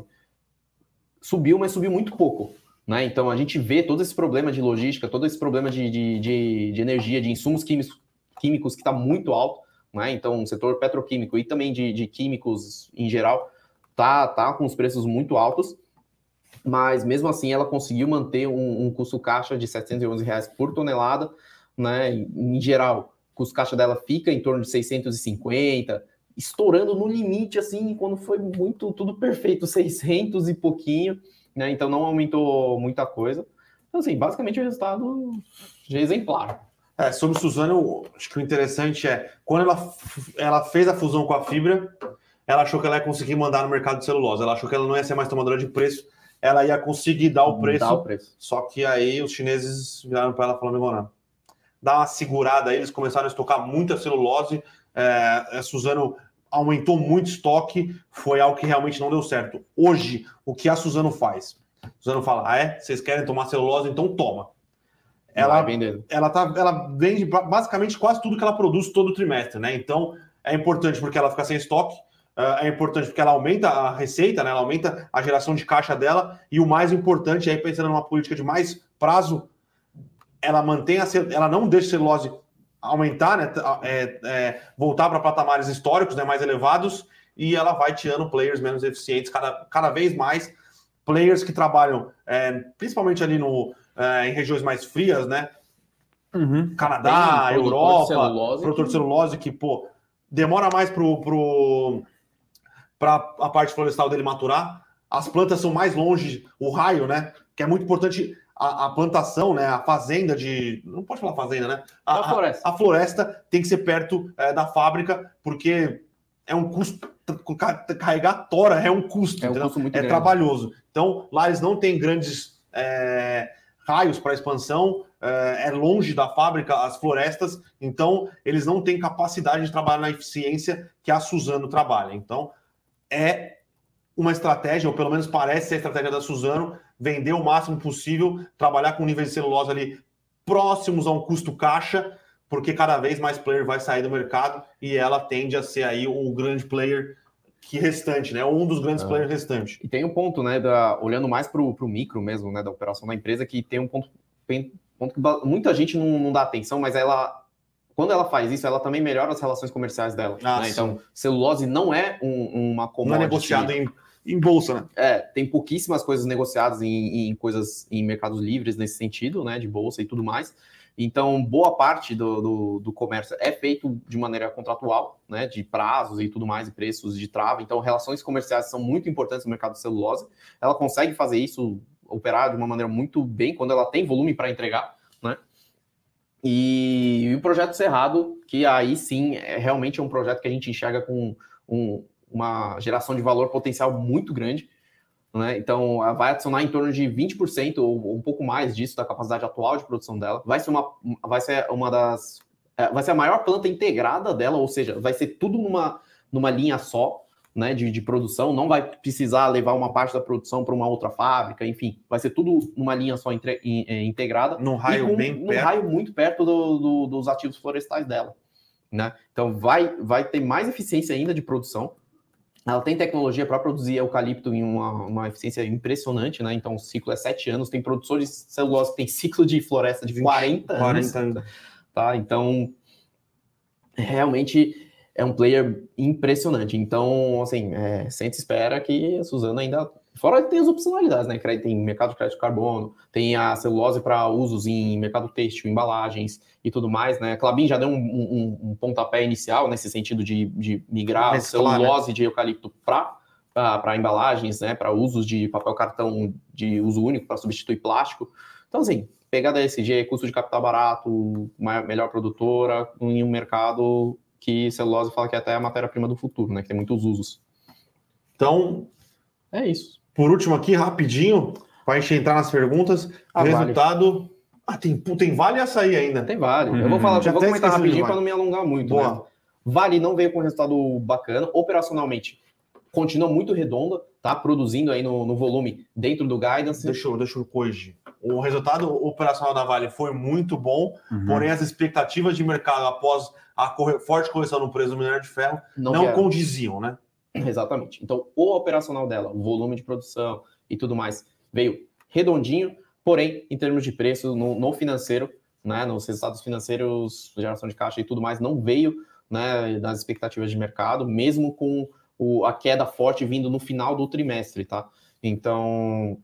subiu, mas subiu muito pouco, né? Então, a gente vê todo esse problema de logística, todo esse problema de, de, de, de energia, de insumos químicos, químicos que está muito alto, né? Então, o setor petroquímico e também de, de químicos em geral tá, tá com os preços muito altos, mas mesmo assim ela conseguiu manter um, um custo caixa de setecentos e onze reais por tonelada, né? Em geral, o custo caixa dela fica em torno de seiscentos e cinquenta, estourando no limite, assim, quando foi muito, tudo perfeito, seiscentos e pouquinho, né? Então não aumentou muita coisa. Então, assim, basicamente o resultado é exemplar. É, sobre Suzano, acho que o interessante é, quando ela, ela fez a fusão com a Fibra, ela achou que ela ia conseguir mandar no mercado de celulose, ela achou que ela não ia ser mais tomadora de preço, ela ia conseguir dar o preço, Dá o preço. Só que aí os chineses viraram para ela e falaram, não, dá uma segurada aí, eles começaram a estocar muita celulose, é, a Suzano aumentou muito estoque, foi algo que realmente não deu certo. Hoje, o que a Suzano faz? A Suzano fala, ah é? Vocês querem tomar celulose? Então toma. Ela, ela, tá, ela vende basicamente quase tudo que ela produz todo trimestre, né? Então, é importante porque ela fica sem estoque, é importante porque ela aumenta a receita, né? Ela aumenta a geração de caixa dela, e o mais importante, aí pensando numa política de mais prazo, ela mantém a, ela não deixa a celulose aumentar, né? É, é, voltar para patamares históricos, né? Mais elevados, e ela vai tirando players menos eficientes, cada, cada vez mais players que trabalham, é, principalmente ali no... Uh, em regiões mais frias, né? uhum. Canadá, Tem Europa, celulose produtor de celulose que, pô, demora mais pro, pro, pra a parte florestal dele maturar. As plantas são mais longe, o raio, né? Que é muito importante a, a plantação, né? A fazenda de... Não pode falar fazenda, né? A, a, floresta. a, a floresta tem que ser perto é, da fábrica, porque é um custo... Carregar tora é um custo, é, um custo muito é grande. trabalhoso. Então, lá eles não têm grandes é, raios para expansão, é, é longe da fábrica, as florestas, então eles não têm capacidade de trabalhar na eficiência que a Suzano trabalha. Então, é uma estratégia, ou pelo menos parece ser a estratégia da Suzano, vender o máximo possível, trabalhar com níveis de celulose ali próximos a um custo caixa, porque cada vez mais player vai sair do mercado e ela tende a ser aí o grande player que restante, né? Um dos grandes é. players restantes. E tem um ponto, né? Da, olhando mais para o micro mesmo, né? Da operação da empresa, que tem um ponto, tem, ponto que muita gente não, não dá atenção, mas ela, quando ela faz isso, ela também melhora as relações comerciais dela. Ah, né? Então, celulose não é um, uma commodity. Não é negociado em, em bolsa, né? É, tem pouquíssimas coisas negociadas em, em coisas em mercados livres nesse sentido, né? De bolsa e tudo mais. Então, boa parte do, do, do comércio é feito de maneira contratual, né, de prazos e tudo mais, e preços de trava. Então, relações comerciais são muito importantes no mercado de celulose. Ela consegue fazer isso, operar de uma maneira muito bem, quando ela tem volume para entregar, né? E, e o projeto Cerrado, que aí sim, é, realmente é um projeto que a gente enxerga com um, uma geração de valor potencial muito grande. Né? Então, ela vai adicionar em torno de vinte por cento ou um pouco mais disso da capacidade atual de produção dela. Vai ser uma, vai ser uma das... Vai ser a maior planta integrada dela, ou seja, vai ser tudo numa, numa linha só, né, de, de produção. Não vai precisar levar uma parte da produção para uma outra fábrica, enfim. Vai ser tudo numa linha só entre, in, integrada. Num raio com, bem num perto. raio muito perto do, do, dos ativos florestais dela. Né? Então, vai, vai ter mais eficiência ainda de produção. Ela tem tecnologia para produzir eucalipto em uma, uma eficiência impressionante, né? Então, o ciclo é sete anos. Tem produtores de celulose que tem ciclo de floresta de quarenta anos. quarenta anos. Tá? Então, realmente é um player impressionante. Então, assim, é, sempre espera que a Suzano ainda... Fora que tem as opcionalidades, né? Tem mercado de crédito de carbono, tem a celulose para usos em mercado têxtil, embalagens e tudo mais, né? A Klabin já deu um, um, um pontapé inicial nesse sentido de, de migrar a celulose, né, de eucalipto para embalagens, né? Para usos de papel cartão de uso único, para substituir plástico. Então, assim, pegada E S G, custo de capital barato, maior, melhor produtora, em um mercado que celulose fala que até é a matéria-prima do futuro, né? Que tem muitos usos. Então, é isso. Por último aqui, rapidinho, para a gente entrar nas perguntas, ah, resultado... Vale. Ah, tem, tem Vale e Açaí ainda. Tem Vale. Uhum. Eu vou falar, já vou comentar rapidinho para não me alongar muito. Boa. Né? Vale não veio com resultado bacana, operacionalmente continua muito redonda, tá? Produzindo aí no, no volume dentro do guidance. Deixa eu, deixa eu corrigir. O resultado operacional da Vale foi muito bom, uhum. porém as expectativas de mercado após a corre... forte correção no preço do minério de ferro não, não condiziam, né? Exatamente. Então, o operacional dela, o volume de produção e tudo mais, veio redondinho, porém, em termos de preço, no, no financeiro, né, nos resultados financeiros, geração de caixa e tudo mais, não veio, né, das expectativas de mercado, mesmo com o, a queda forte vindo no final do trimestre, tá? Então,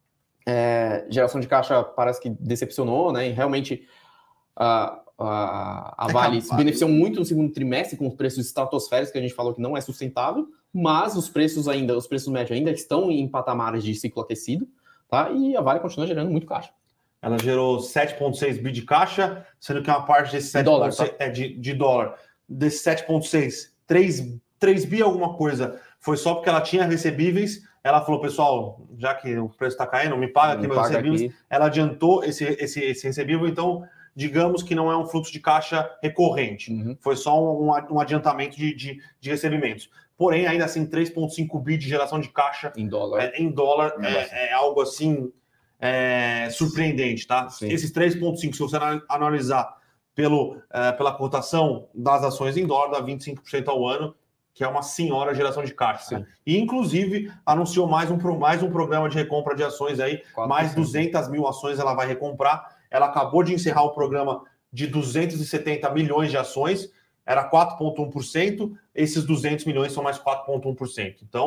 é, geração de caixa parece que decepcionou, né, e realmente... a A, a Vale é se beneficiou muito no segundo trimestre com os preços estratosféricos, que a gente falou que não é sustentável, mas os preços ainda, os preços médios ainda estão em patamares de ciclo aquecido, tá? E a Vale continua gerando muito caixa. Ela gerou sete vírgula seis bi de caixa, sendo que uma parte desse sete vírgula seis tá? é de, de dólar. Desse sete vírgula seis, três bi alguma coisa foi só porque ela tinha recebíveis. Ela falou, pessoal, já que o preço está caindo, me paga aqui me meus paga recebíveis. Aqui. Ela adiantou esse, esse, esse recebível, então... digamos que não é um fluxo de caixa recorrente. Uhum. Foi só um, um adiantamento de, de, de recebimentos. Porém, ainda assim, três vírgula cinco bi de geração de caixa em dólar, é, em dólar é, é algo assim é, surpreendente, tá? Sim. Esses três vírgula cinco, se você analisar pelo, é, pela cotação das ações em dólar, dá vinte e cinco por cento ao ano, que é uma senhora geração de caixa. Né? E, inclusive, anunciou mais um, mais um programa de recompra de ações aí, mais duzentas mil ações ela vai recomprar. Ela acabou de encerrar o programa de duzentos e setenta milhões de ações, era quatro vírgula um por cento, esses duzentos milhões são mais quatro vírgula um por cento. Então,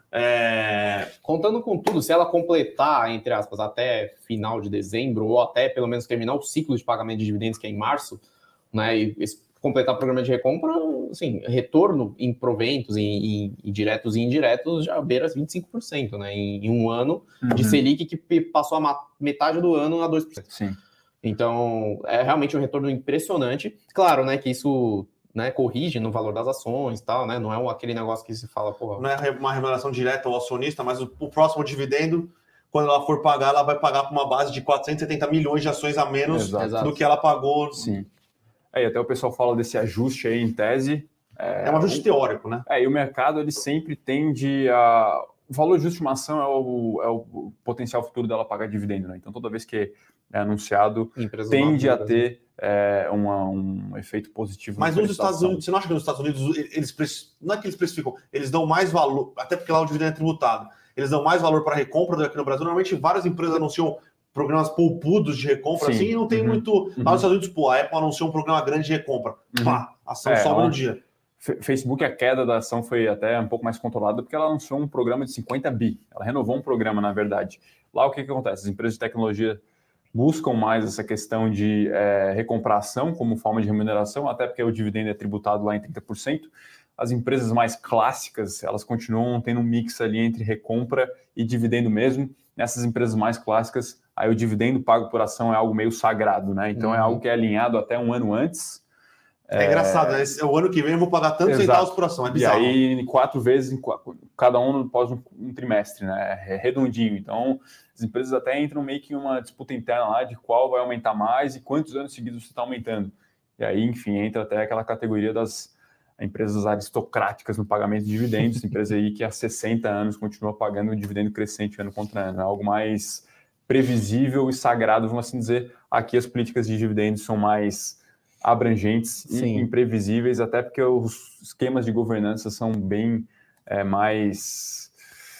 É... Contando com tudo, se ela completar, entre aspas, até final de dezembro, ou até pelo menos terminar o ciclo de pagamento de dividendos, que é em março, né, e completar o programa de recompra, assim, retorno em proventos, em, em, em diretos e indiretos, já beira vinte e cinco por cento, né, em, em um ano uhum. de Selic que passou a metade do ano a dois por cento. Sim. Então, é realmente um retorno impressionante. Claro, né, que isso... Né, corrige no valor das ações e tal, né? Não é um, aquele negócio que se fala, porra... Não é uma remuneração direta ao acionista, mas o, o próximo dividendo, quando ela for pagar, ela vai pagar por uma base de quatrocentos e setenta milhões de ações a menos Exato. do que ela pagou. Sim. É, e até o pessoal fala desse ajuste aí em tese. É, é um ajuste o, teórico, né? É, e o mercado, ele sempre tende a... O valor de estimação é o, é o potencial futuro dela pagar dividendo, né? Então, toda vez que é anunciado, Empresas tende maduras, a ter... Né? É uma, um efeito positivo. Mas nos Estados Unidos, você não acha que nos Estados Unidos eles não é que eles precificam, eles dão mais valor, até porque lá o dividendo é tributado, eles dão mais valor para a recompra do que aqui no Brasil. Normalmente várias empresas anunciam programas poupudos de recompra, Sim. assim, e não tem uhum. muito. Lá uhum. nos Estados Unidos, pô, a Apple anunciou um programa grande de recompra. Uhum. Pá, a ação é, sobe no dia. Facebook, a queda da ação foi até um pouco mais controlada porque ela anunciou um programa de cinquenta bi. Ela renovou um programa, na verdade. Lá o que, que acontece? As empresas de tecnologia buscam mais essa questão de é, recompração como forma de remuneração, até porque o dividendo é tributado lá em trinta por cento. As empresas mais clássicas, elas continuam tendo um mix ali entre recompra e dividendo mesmo. Nessas empresas mais clássicas, aí o dividendo pago por ação é algo meio sagrado, né? Então uhum. é algo que é alinhado até um ano antes. É, é engraçado, né? O ano que vem eu vou pagar tantos centavos por ação, é bizarro. E aí, quatro vezes, em qu... cada um após um, um trimestre, né? É redondinho. Então, as empresas até entram meio que em uma disputa interna lá de qual vai aumentar mais e quantos anos seguidos você está aumentando. E aí, enfim, entra até aquela categoria das empresas aristocráticas no pagamento de dividendos, empresa aí que há sessenta anos continua pagando um dividendo crescente ano contra ano. É algo mais previsível e sagrado, vamos assim dizer. Aqui as políticas de dividendos são mais abrangentes Sim. e imprevisíveis, até porque os esquemas de governança são bem é, mais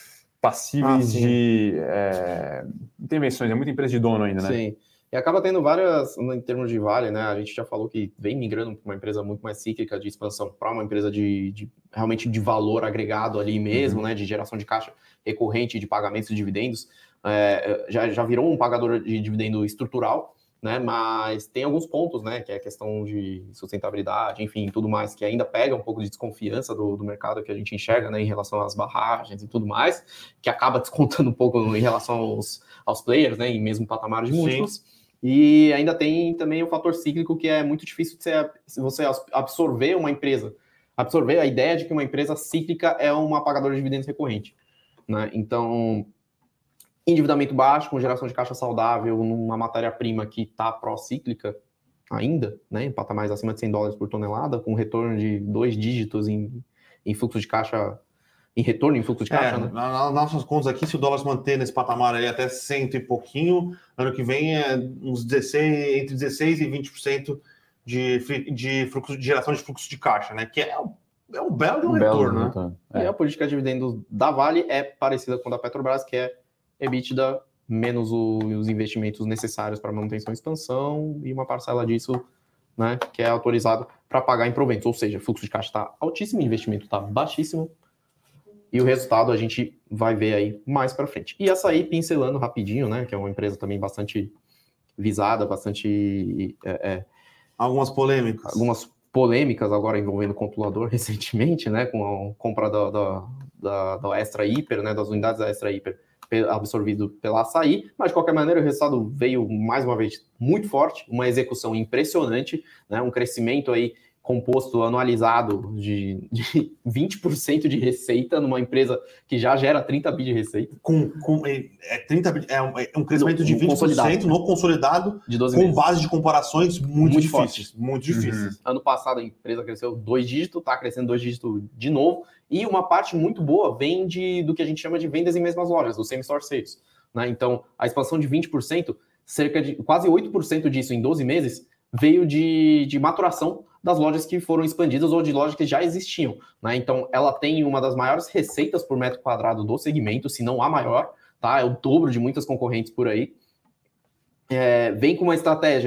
passíveis ah, de é, intervenções. É muita empresa de dono ainda, né? Sim. E acaba tendo várias, em termos de Vale, né? A gente já falou que vem migrando para uma empresa muito mais cíclica de expansão para uma empresa de, de realmente de valor agregado ali mesmo, uhum. né? De geração de caixa recorrente, de pagamentos de dividendos. É, já, já virou um pagador de dividendo estrutural, né? Mas tem alguns pontos, né? Que é a questão de sustentabilidade, enfim, tudo mais, que ainda pega um pouco de desconfiança do, do mercado que a gente enxerga, né? Em relação às barragens e tudo mais, que acaba descontando um pouco em relação aos, aos players, né? Em mesmo patamar de múltiplos. Sim. E ainda tem também o fator cíclico, que é muito difícil de você absorver uma empresa, absorver a ideia de que uma empresa cíclica é uma pagadora de dividendos recorrente, né? Então, endividamento baixo, com geração de caixa saudável, numa matéria-prima que está pró-cíclica ainda, né? Em patamares acima de cem dólares por tonelada, com retorno de dois dígitos em, em fluxo de caixa, em retorno em fluxo de caixa, é, né? Nas nossas contas aqui, se o dólar se manter nesse patamar ali até cento e pouquinho, ano que vem é uns dezesseis, entre dezesseis e vinte por cento de, de, fluxo, de geração de fluxo de caixa, né? Que é, é um belo de um, um retorno, belo, né? É. E a política de dividendos da Vale é parecida com a da Petrobras, que é EBITDA menos o, os investimentos necessários para manutenção e expansão, e uma parcela disso, né, que é autorizado para pagar em proventos. Ou seja, o fluxo de caixa está altíssimo, o investimento está baixíssimo, e o resultado a gente vai ver aí mais para frente. E Açaí, pincelando rapidinho, né, que é uma empresa também bastante visada, bastante... É, é, algumas polêmicas. Algumas polêmicas agora envolvendo o controlador recentemente, né, com a compra da, da, da, da Extra Hiper, né, das unidades da Extra Hiper, absorvido pela Açaí, mas de qualquer maneira o resultado veio mais uma vez muito forte, uma execução impressionante, né, um crescimento aí composto anualizado de, de vinte por cento de receita numa empresa que já gera trinta bi de receita. Com, com, é, trinta, é, um, é um crescimento no, de vinte por cento no consolidado, de doze com meses. Base de comparações muito, muito difíceis. Fortes. Muito difíceis. Uhum. Ano passado a empresa cresceu dois dígitos, está crescendo dois dígitos de novo, e uma parte muito boa vem de, do que a gente chama de vendas em mesmas lojas, do same-store sales. Né? Então, a expansão de vinte por cento, cerca de quase oito por cento disso em doze meses, veio de, de maturação das lojas que foram expandidas ou de lojas que já existiam, né? Então, ela tem uma das maiores receitas por metro quadrado do segmento, se não a maior, tá? É o dobro de muitas concorrentes por aí. É, vem com uma estratégia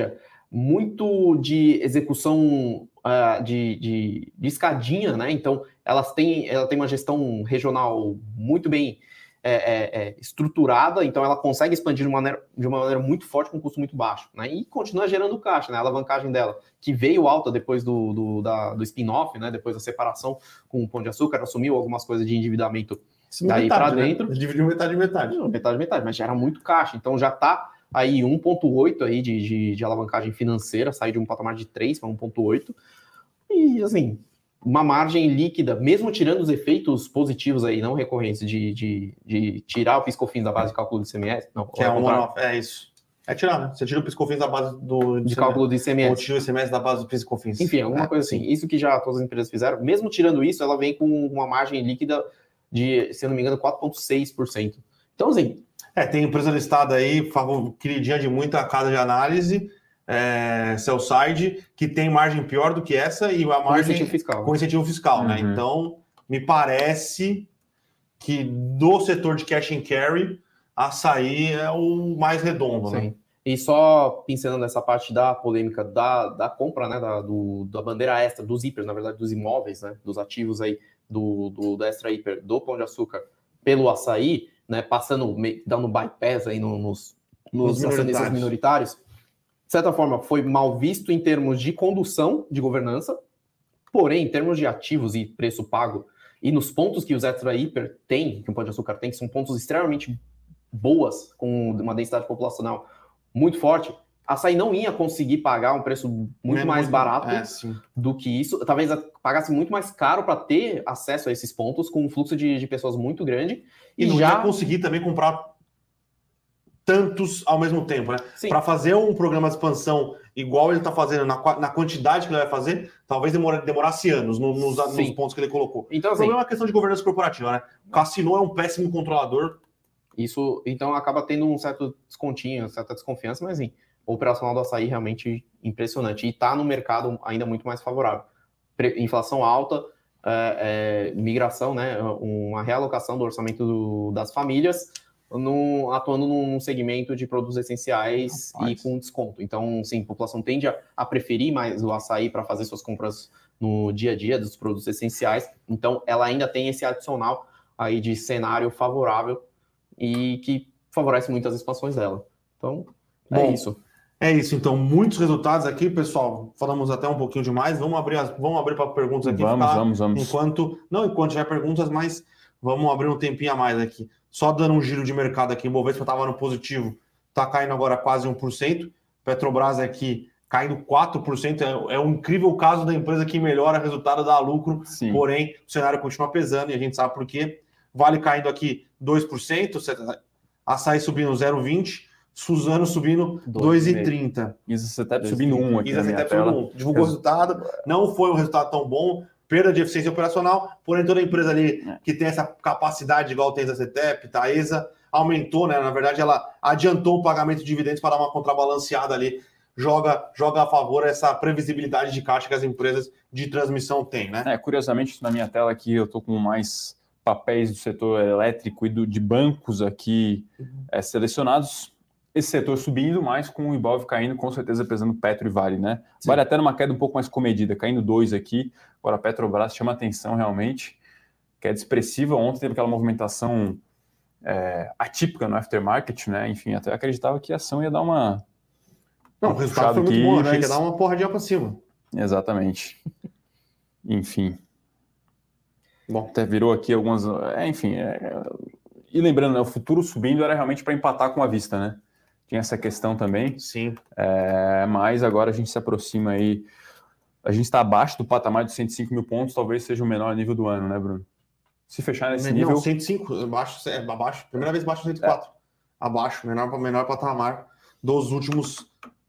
muito de execução uh, de, de, de escadinha, né? Então, elas têm, ela tem uma gestão regional muito bem é, é, é, estruturada, então ela consegue expandir de uma, maneira, de uma maneira muito forte com um custo muito baixo, né? E continua gerando caixa, né? A alavancagem dela, que veio alta depois do, do, da, do spin-off, né? Depois da separação com o Pão de Açúcar, assumiu algumas coisas de endividamento daí para dentro. Né? Dividiu metade, metade. Não, metade, metade, mas gera muito caixa, então já está aí um vírgula oito aí de, de, de alavancagem financeira, sair de um patamar de três para um vírgula oito, e assim, uma margem líquida, mesmo tirando os efeitos positivos aí, não recorrentes, de, de, de tirar o PiscoFins da base de cálculo do I C M S, não, que é um one-off, é isso. É tirar, né? Você tira o PiscoFins da base do de cálculo do I C M S. Ou tira o I C M S da base do PiscoFins. Enfim, alguma é, coisa assim. Sim. Isso que já todas as empresas fizeram, mesmo tirando isso, ela vem com uma margem líquida de, se eu não me engano, quatro vírgula seis por cento. Então, assim... É, tem empresa listada aí, queridinha de muita casa de análise, é, sell-side, que tem margem pior do que essa e a margem... Com incentivo fiscal. Com incentivo fiscal, uhum. né? Então, me parece que do setor de cash and carry, açaí é o mais redondo, Sim. né? E só pincelando essa parte da polêmica da, da compra, né, da, do, da bandeira extra, dos hipers, na verdade, dos imóveis, né, dos ativos aí, do, do, da extra hiper, do Pão de Açúcar, pelo açaí, né, passando, dando bypass aí no, nos, nos acionistas minoritários, de certa forma, foi mal visto em termos de condução de governança, porém, em termos de ativos e preço pago, e nos pontos que os extra hiper têm, que o Pão de Açúcar tem, que são pontos extremamente boas, com uma densidade populacional muito forte, a açaí não ia conseguir pagar um preço muito é mais muito, barato é, do que isso, talvez pagasse muito mais caro para ter acesso a esses pontos, com um fluxo de, de pessoas muito grande. E, e não já... ia conseguir também comprar tantos ao mesmo tempo, né? Para fazer um programa de expansão igual ele está fazendo, na, na quantidade que ele vai fazer, talvez demora, demorasse anos no, nos, nos pontos que ele colocou. Então, o problema é uma questão de governança corporativa, né? O Cassino é um péssimo controlador. Isso, então, acaba tendo um certo descontinho, certa desconfiança, mas assim, o operacional do açaí realmente impressionante. E está no mercado ainda muito mais favorável. Inflação alta, é, é, migração, né, uma realocação do orçamento do, das famílias, no, atuando num segmento de produtos essenciais Rapaz. e com desconto. Então, sim, a população tende a, a preferir mais o açaí para fazer suas compras no dia a dia dos produtos essenciais. Então, ela ainda tem esse adicional aí de cenário favorável e que favorece muito as expansões dela. Então, é Bom, isso. É isso, então, muitos resultados aqui, pessoal. Falamos até um pouquinho demais. Vamos abrir, as, vamos abrir para perguntas aqui. Vamos, ficar, vamos, vamos. Enquanto, não enquanto tiver perguntas, mas vamos abrir um tempinho a mais aqui. Só dando um giro de mercado aqui. O Bovespa estava no positivo, está caindo agora quase um por cento. Petrobras aqui caindo quatro por cento. É, é um incrível caso da empresa que melhora o resultado, dá lucro. Sim. Porém, o cenário continua pesando e a gente sabe por quê. Vale caindo aqui dois por cento, Açaí subindo zero vírgula vinte por cento. Suzano subindo dois vírgula trinta por cento. Isacetep subindo um aqui na minha tela. um. Divulgou o resultado, não foi um resultado tão bom, perda de eficiência operacional, porém toda empresa ali é. que tem essa capacidade igual tem a Isacetep, Taesa, aumentou, né? Na verdade, ela adiantou o pagamento de dividendos para dar uma contrabalanceada ali, joga, joga a favor essa previsibilidade de caixa que as empresas de transmissão têm, né? É, curiosamente, na minha tela aqui eu estou com mais papéis do setor elétrico e do, de bancos aqui uhum. é, selecionados. Esse setor subindo, mas com o Ibov caindo, com certeza pesando Petro e Vale, né? Sim. Vale até numa queda um pouco mais comedida, caindo dois aqui. Agora a Petrobras chama atenção realmente, queda expressiva. Ontem teve aquela movimentação é, atípica no aftermarket, né? Enfim, até acreditava que a ação ia dar uma... Não, uma o resultado foi muito aqui, bom, achei mas... que ia dar uma porradinha para cima. Exatamente. Enfim. Bom, até virou aqui algumas... É, enfim, é... e lembrando, né, o futuro subindo era realmente para empatar com a vista, né? Tinha essa questão também. Sim. É, mas agora a gente se aproxima aí. A gente está abaixo do patamar de cento e cinco mil pontos, talvez seja o menor nível do ano, né, Bruno? Se fechar nesse não, nível. Não, cento e cinco, abaixo, é, abaixo. Primeira vez abaixo do cento e quatro. É. Abaixo, menor, menor patamar dos últimos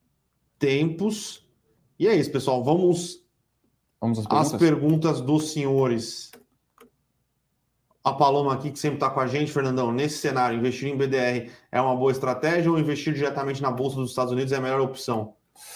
tempos. E é isso, pessoal. Vamos, Vamos às perguntas? às perguntas dos senhores. A Paloma aqui, que sempre está com a gente, Fernandão, nesse cenário, investir em B D R é uma boa estratégia ou investir diretamente na Bolsa dos Estados Unidos é a melhor opção?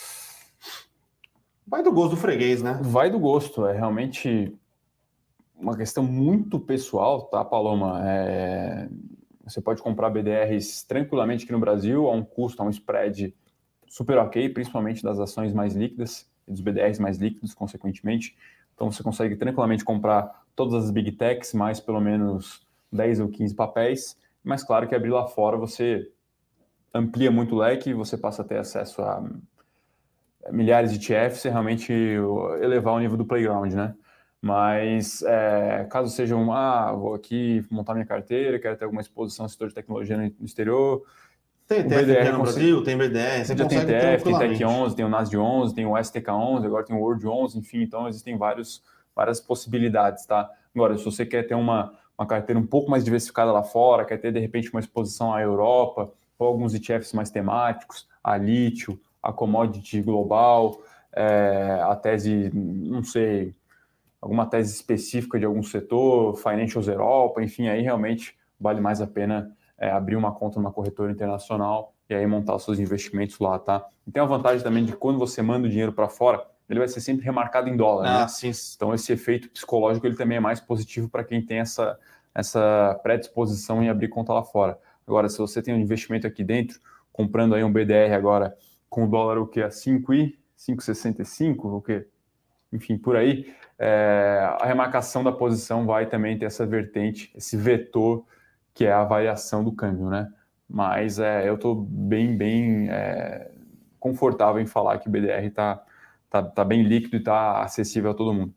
Vai do gosto do freguês, né? Vai do gosto, é realmente uma questão muito pessoal, tá, Paloma? É... Você pode comprar B D Rs tranquilamente aqui no Brasil, a um custo, a um spread super ok, principalmente das ações mais líquidas e dos B D Rs mais líquidos, consequentemente. Então você consegue tranquilamente comprar todas as Big Techs, mais pelo menos dez ou quinze papéis, mas claro que abrir lá fora você amplia muito o leque, você passa a ter acesso a milhares de E T Fs e realmente elevar o nível do playground, né? Mas é, caso seja um, ah, vou aqui montar minha carteira, quero ter alguma exposição no setor de tecnologia no exterior. Tem E T F aqui no Brasil, tem B D R, você já consegue tem E T F, tem Tech tranquilamente. onze, tem o N A S D onze, tem o S T K onze, agora tem o World onze, enfim, então existem vários, várias possibilidades, tá? Agora, se você quer ter uma, uma carteira um pouco mais diversificada lá fora, quer ter, de repente, uma exposição à Europa, ou alguns E T Fs mais temáticos, a lítio, a commodity global, é, a tese, não sei, alguma tese específica de algum setor, Financials Europa, enfim, aí realmente vale mais a pena é, abrir uma conta numa corretora internacional e aí montar os seus investimentos lá, tá? E tem a vantagem também de quando você manda o dinheiro para fora, ele vai ser sempre remarcado em dólar, ah, né? Sim. Então esse efeito psicológico ele também é mais positivo para quem tem essa, essa predisposição em abrir conta lá fora. Agora, se você tem um investimento aqui dentro, comprando aí um B D R agora com o dólar o que? A cinco e cinco e sessenta e cinco, o quê? Enfim, por aí, é, a remarcação da posição vai também ter essa vertente, esse vetor, que é a variação do câmbio, né? Mas é, eu estou bem, bem é, confortável em falar que o B D R está tá, tá bem líquido e está acessível a todo mundo.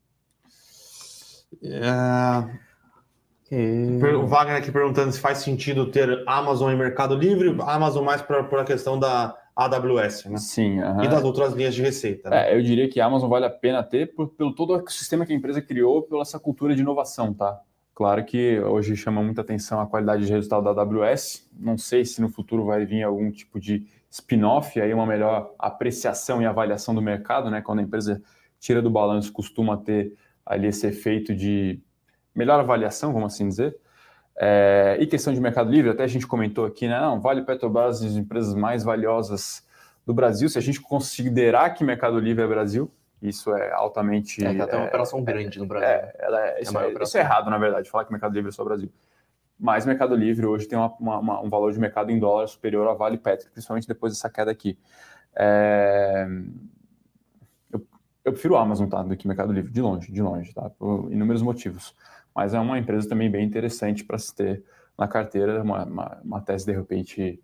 É... E... O Wagner aqui perguntando se faz sentido ter Amazon e Mercado Livre, Amazon mais por a questão da A W S, né? Sim. Uh-huh. E das outras linhas de receita. Né? É, eu diria que a Amazon vale a pena ter por, pelo todo o ecossistema que a empresa criou, pela essa cultura de inovação, tá? Claro que hoje chama muita atenção a qualidade de resultado da A W S. Não sei se no futuro vai vir algum tipo de spin-off, aí uma melhor apreciação e avaliação do mercado, né? Quando a empresa tira do balanço, costuma ter ali esse efeito de melhor avaliação, vamos assim dizer. É, e questão de Mercado Livre, até a gente comentou aqui, né? Não, Vale, Petrobras, as empresas mais valiosas do Brasil. Se a gente considerar que Mercado Livre é Brasil, isso é altamente... É, que até uma é, operação grande no Brasil. É, ela é, isso, é, isso é errado, na verdade, falar que Mercado Livre é só Brasil. Mas Mercado Livre hoje tem uma, uma, um valor de mercado em dólar superior a Vale e Petro, principalmente depois dessa queda aqui. É... Eu, eu prefiro a Amazon, tá, do que Mercado Livre, de longe, de longe, tá, por inúmeros motivos. Mas é uma empresa também bem interessante para se ter na carteira, uma, uma, uma tese, de repente,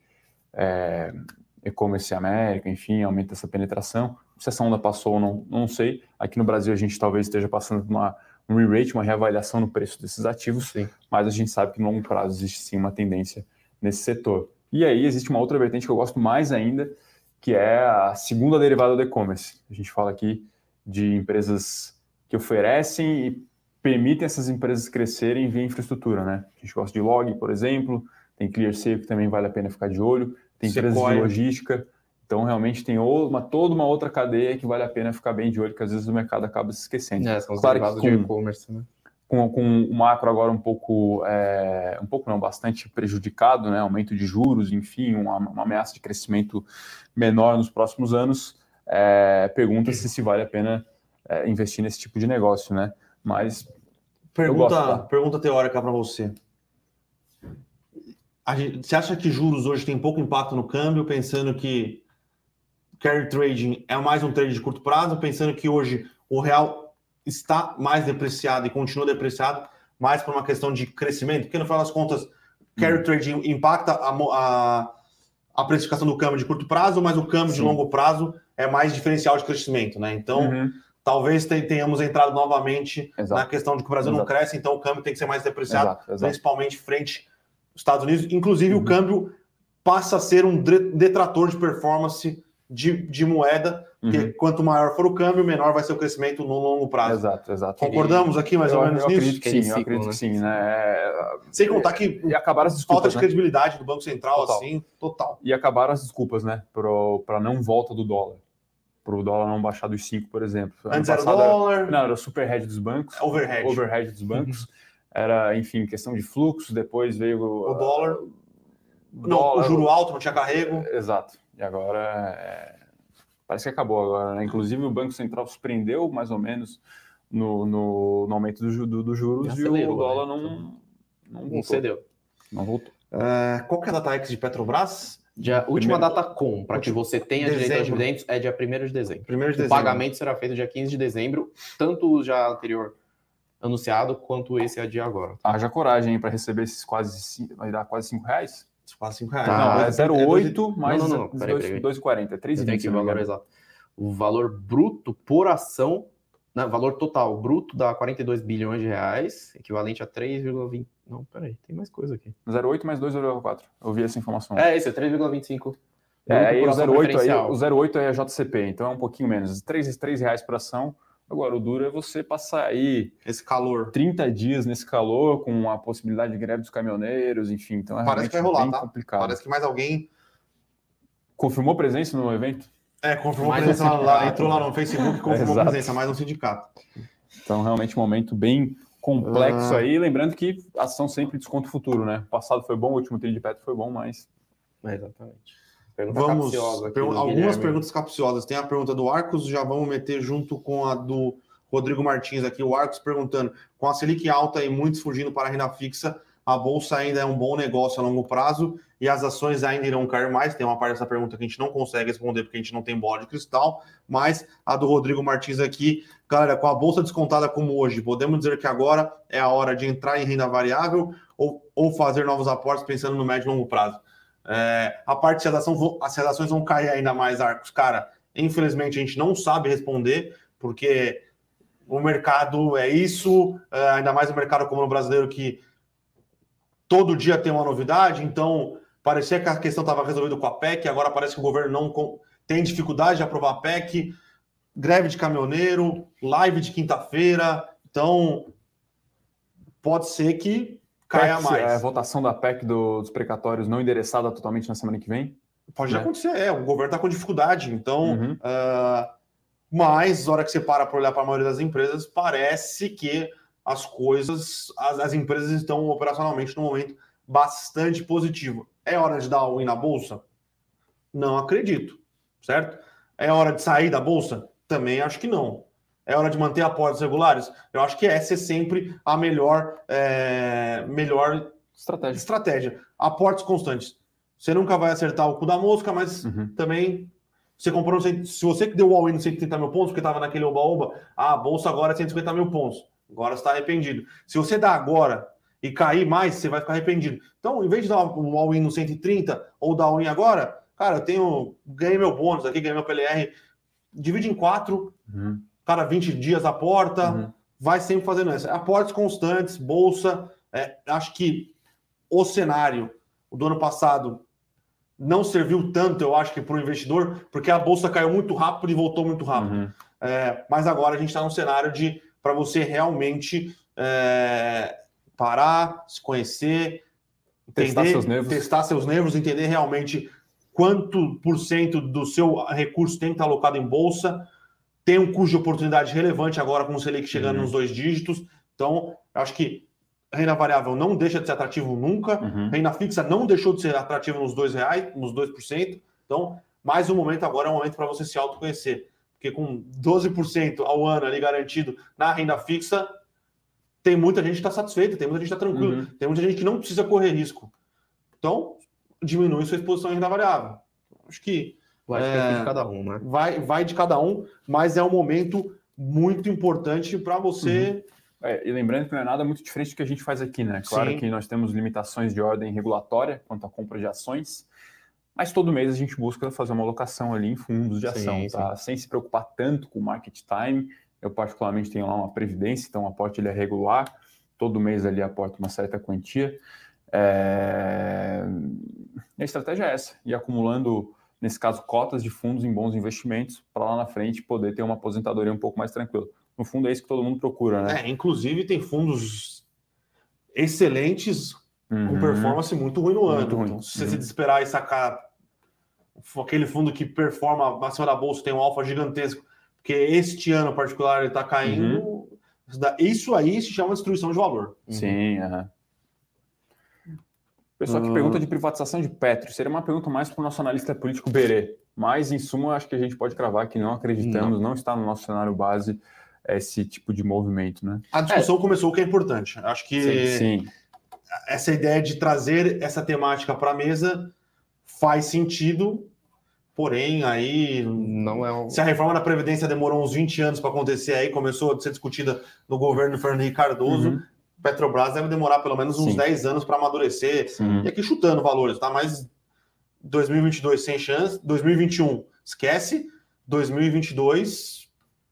é, e-commerce América, enfim, aumenta essa penetração. Se essa onda passou ou não, não sei. Aqui no Brasil a gente talvez esteja passando por uma, um re-rate, uma reavaliação no preço desses ativos, sim. Mas a gente sabe que no longo prazo existe sim uma tendência nesse setor. E aí existe uma outra vertente que eu gosto mais ainda, que é a segunda derivada do e-commerce. A gente fala aqui de empresas que oferecem e permitem essas empresas crescerem via infraestrutura, né? A gente gosta de Log, por exemplo, tem ClearSale que também vale a pena ficar de olho, tem empresas de logística, então realmente tem uma, toda uma outra cadeia que vale a pena ficar bem de olho, que às vezes o mercado acaba se esquecendo. É, são os claro derivados que com, de e-commerce, né? Com, com o macro agora um pouco, é, um pouco não, bastante prejudicado, né? Aumento de juros, enfim, uma, uma ameaça de crescimento menor nos próximos anos, é, pergunta-se se vale a pena é, investir nesse tipo de negócio, né? Mas pergunta, gosto, tá? pergunta teórica para você. A gente, você acha que juros hoje tem pouco impacto no câmbio, pensando que carry trading é mais um trade de curto prazo, pensando que hoje o real está mais depreciado e continua depreciado, mais por uma questão de crescimento? Porque no final das contas, carry hum. trading impacta a, a, a precificação do câmbio de curto prazo, mas o câmbio Sim. de longo prazo é mais diferencial de crescimento, né? Então, uhum. talvez tenhamos entrado novamente exato. Na questão de que o Brasil exato. Não cresce, então o câmbio tem que ser mais depreciado, exato, exato. Principalmente frente aos Estados Unidos. Inclusive, uhum. o câmbio passa a ser um detrator de performance de, de moeda, porque uhum. quanto maior for o câmbio, menor vai ser o crescimento no longo prazo. Exato, exato. Concordamos aqui mais eu, ou menos eu nisso? Acredito que sim, eu acredito né? que sim, né? Sem contar que e acabaram as desculpas, falta de né? credibilidade do Banco Central, total. assim, total. E acabaram as desculpas, né? Para não volta do dólar. Para o dólar não baixar dos cinco, por exemplo. Antes era o dólar. Era, não, era o super hedge dos bancos. Overhead. Overhead dos bancos. Era, enfim, questão de fluxo. Depois veio o, o dólar. Uh, não, dólar. O juro alto, não tinha carrego. Exato. E agora, é... parece que acabou agora, né? Inclusive o Banco Central surpreendeu mais ou menos no, no, no aumento dos do, do juros e, e o dólar né? não, não, não cedeu. Não voltou. Uh, qual que é a data X de Petrobras? Já, última Primeiro- data com, para que você tenha direito aos Dezembro. dividendos, é dia primeiro de dezembro. Primeiro de O dezembro. pagamento será feito dia quinze de dezembro, tanto o já anterior anunciado, quanto esse a dia agora. Haja coragem para receber esses quase, cinco- vai dar quase cinco reais? Quase cinco reais. Tá. Não, é dois- zero vírgula oito dois- mais Não, não, não, peraí, peraí. dois vírgula quarenta, é três Eu vírgula tenho vinte. aqui o valor exato. O valor bruto por ação, né, valor total bruto dá quarenta e dois bilhões de reais, equivalente a três vírgula vinte... Não, peraí, tem mais coisa aqui. zero vírgula oito mais dois vírgula quatro. Eu vi essa informação. É, esse é três vírgula vinte e cinco. É, Bruto aí por o ação zero vírgula oito aí, preferencial. o zero vírgula oito é a J C P, então é um pouquinho menos. três reais por ação. Agora, o duro é você passar aí Esse calor. trinta dias nesse calor, com a possibilidade de greve dos caminhoneiros, enfim. Então é Parece realmente que vai rolar, bem tá? complicado. Parece que mais alguém Confirmou presença no evento? é, confirmou Mais presença um lá, lá, sindicato. entrou lá no Facebook e confirmou Exato. presença, mais um sindicato. Então, realmente, um momento bem complexo Ah. aí. Lembrando que ação sempre desconto futuro, né? O passado foi bom, o último trilho de Petro foi bom, mas... É, exatamente. Pergunta Vamos, capciosa aqui pergun- do algumas Guilherme. perguntas capciosas. Tem a pergunta do Arcos, já vamos meter junto com a do Rodrigo Martins aqui. O Arcos perguntando, com a Selic alta e muitos fugindo para a renda fixa, a Bolsa ainda é um bom negócio a longo prazo e as ações ainda irão cair mais? Tem uma parte dessa pergunta que a gente não consegue responder porque a gente não tem bola de cristal, mas a do Rodrigo Martins aqui, galera, com a Bolsa descontada como hoje, podemos dizer que agora é a hora de entrar em renda variável ou, ou fazer novos aportes pensando no médio e longo prazo? É, a parte se as, ações vão, se as ações vão cair ainda mais, Arcos, cara, infelizmente a gente não sabe responder, porque o mercado é isso, é, ainda mais o mercado como no brasileiro, que todo dia tem uma novidade, então parecia que a questão estava resolvida com a P E C, agora parece que o governo não com, tem dificuldade de aprovar a P E C, greve de caminhoneiro, live de quinta-feira, então pode ser que caia P E C, mais. A votação da P E C do- dos precatórios não endereçada totalmente na semana que vem. Pode né? acontecer, é, o governo está com dificuldade, então, Uhum. ah, mas, na hora que você para para olhar para a maioria das empresas, parece que as coisas, as, as empresas estão operacionalmente num momento bastante positivo. É hora de dar all-in na Bolsa? Não acredito, certo? É hora de sair da Bolsa? Também acho que não. É hora de manter aportes regulares? Eu acho que essa é sempre a melhor, é, melhor Estratégia. estratégia. Aportes constantes. Você nunca vai acertar o cu da mosca, mas Uhum. também você comprou, se você que deu o all-in nos cento e trinta mil pontos, porque estava naquele oba-oba, ah, a bolsa agora é cento e cinquenta mil pontos. Agora você está arrependido. Se você dá agora e cair mais, você vai ficar arrependido. Então, em vez de dar um all-in no cento e trinta ou dar all-in agora, cara, eu tenho, ganhei meu bônus aqui, ganhei meu P L R, divide em quatro, Uhum. cada vinte dias a porta, Uhum. vai sempre fazendo isso. Aportes constantes, bolsa, é, acho que o cenário do ano passado não serviu tanto, eu acho que para o investidor, porque a bolsa caiu muito rápido e voltou muito rápido. Uhum. É, mas agora a gente está num cenário de para você realmente é, parar, se conhecer, Testar entender, seus nervos. testar seus nervos, entender realmente quanto por cento do seu recurso tem que estar alocado em bolsa. Tem um custo de oportunidade relevante agora com o Selic chegando Uhum. nos dois dígitos. Então, eu acho que renda variável não deixa de ser atrativo nunca. Uhum. Renda fixa não deixou de ser atrativo nos dois reais, nos dois por cento. Então, mais um momento agora é um momento para você se autoconhecer. Porque com doze por cento ao ano ali garantido na renda fixa, tem muita gente que está satisfeita, tem muita gente que está tranquila, Uhum. tem muita gente que não precisa correr risco. Então, diminui sua exposição em renda variável. Acho que Vai É. ficar de cada um, né? vai, vai de cada um, mas é um momento muito importante para você. É, e lembrando que não é nada muito diferente do que a gente faz aqui, né? Claro Sim. que nós temos limitações de ordem regulatória quanto à compra de ações, mas todo mês a gente busca fazer uma alocação ali em fundos de ação, Sim, tá? Sem se preocupar tanto com o market time. Eu particularmente tenho lá uma previdência, então o aporte ele é regular, todo mês ali aporta uma certa quantia. É... E a estratégia é essa, ir acumulando, nesse caso, cotas de fundos em bons investimentos, para lá na frente poder ter uma aposentadoria um pouco mais tranquila. No fundo é isso que todo mundo procura, né? É, inclusive, tem fundos excelentes com Uhum. performance muito ruim no Muito ano. ruim. Então, se você Uhum. se desesperar e sacar aquele fundo que performa acima da bolsa, tem um alfa gigantesco, porque este ano em particular ele está caindo. Uhum. Isso da- Isso aí se chama destruição de valor. Sim, aham. Pessoal que Hum. pergunta de privatização de Petro, seria uma pergunta mais para o nosso analista político Berê, mas em suma acho que a gente pode cravar que não acreditamos, não, está no nosso cenário base esse tipo de movimento, né? A discussão começou, o que é importante. Acho que Sim, sim. essa ideia de trazer essa temática para a mesa faz sentido, porém, aí... Não é um... Se a reforma da Previdência demorou uns vinte anos para acontecer, aí começou a ser discutida no governo Fernando Henrique Cardoso, uhum. Petrobras deve demorar pelo menos uns Sim. dez anos para amadurecer. Sim. E aqui chutando valores, tá? Mas dois mil e vinte e dois sem chance, dois mil e vinte e um esquece, dois mil e vinte e dois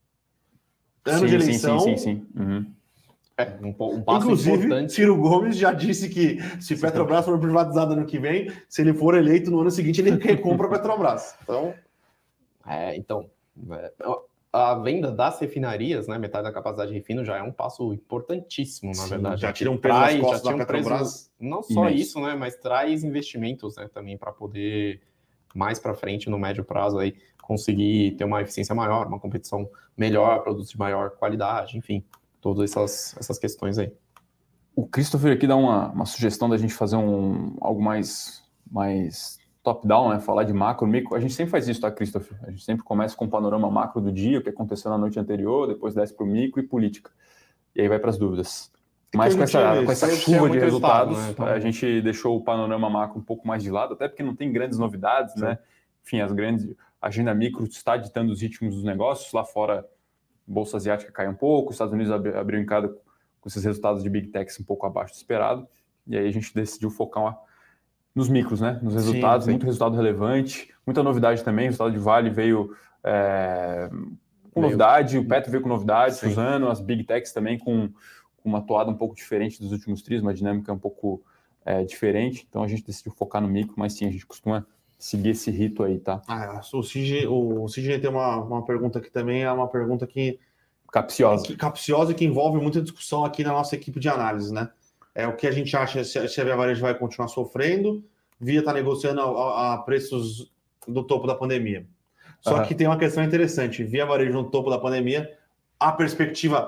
ano sim, de eleição. Sim, sim, sim. sim. Uhum. É, um, um passo Inclusive, importante. Ciro Gomes já disse que se sim. Petrobras for privatizada ano que vem, se ele for eleito no ano seguinte, ele recompra a Petrobras. Então, é, então é, a venda das refinarias, né, metade da capacidade de refino, já é um passo importantíssimo, na sim, verdade. Já tira um peso nas costas da um Petrobras. Preço, não só imenso. Isso, né, mas traz investimentos, né, também para poder mais para frente, no médio prazo, aí, conseguir ter uma eficiência maior, uma competição melhor, produtos de maior qualidade, enfim, todas essas, essas questões aí. O Christopher aqui dá uma, uma sugestão da gente fazer um, algo mais, mais top-down, né? Falar de macro, micro. A gente sempre faz isso, tá, Christopher? A gente sempre começa com o panorama macro do dia, o que aconteceu na noite anterior, depois desce para o micro e política. E aí vai para as dúvidas. Mas com essa, com essa chuva de resultados, né? Então, a gente deixou o panorama macro um pouco mais de lado, até porque não tem grandes novidades, sim. né? Enfim, as grandes... A agenda micro está ditando os ritmos dos negócios. Lá fora, a Bolsa Asiática cai um pouco, os Estados Unidos abriu em cada com esses resultados de Big Techs um pouco abaixo do esperado. E aí a gente decidiu focar nos micros, né? Nos resultados, sim, sim. Muito resultado relevante, muita novidade também. O resultado de Vale veio é, com veio. novidade, o Petro veio com novidade, sim. Suzano, as Big Techs também com, com uma toada um pouco diferente dos últimos trimestres, uma dinâmica um pouco é, diferente. Então a gente decidiu focar no micro, mas sim, a gente costuma seguir esse rito aí, tá? Ah, o Sidney, o Sidney tem uma, uma pergunta aqui também, é uma pergunta que... Capciosa. Que, capciosa e que envolve muita discussão aqui na nossa equipe de análise, né? É o que a gente acha se, se a Via Varejo vai continuar sofrendo, Via está negociando a, a preços do topo da pandemia. Só uhum. que tem uma questão interessante, Via Varejo no topo da pandemia, a perspectiva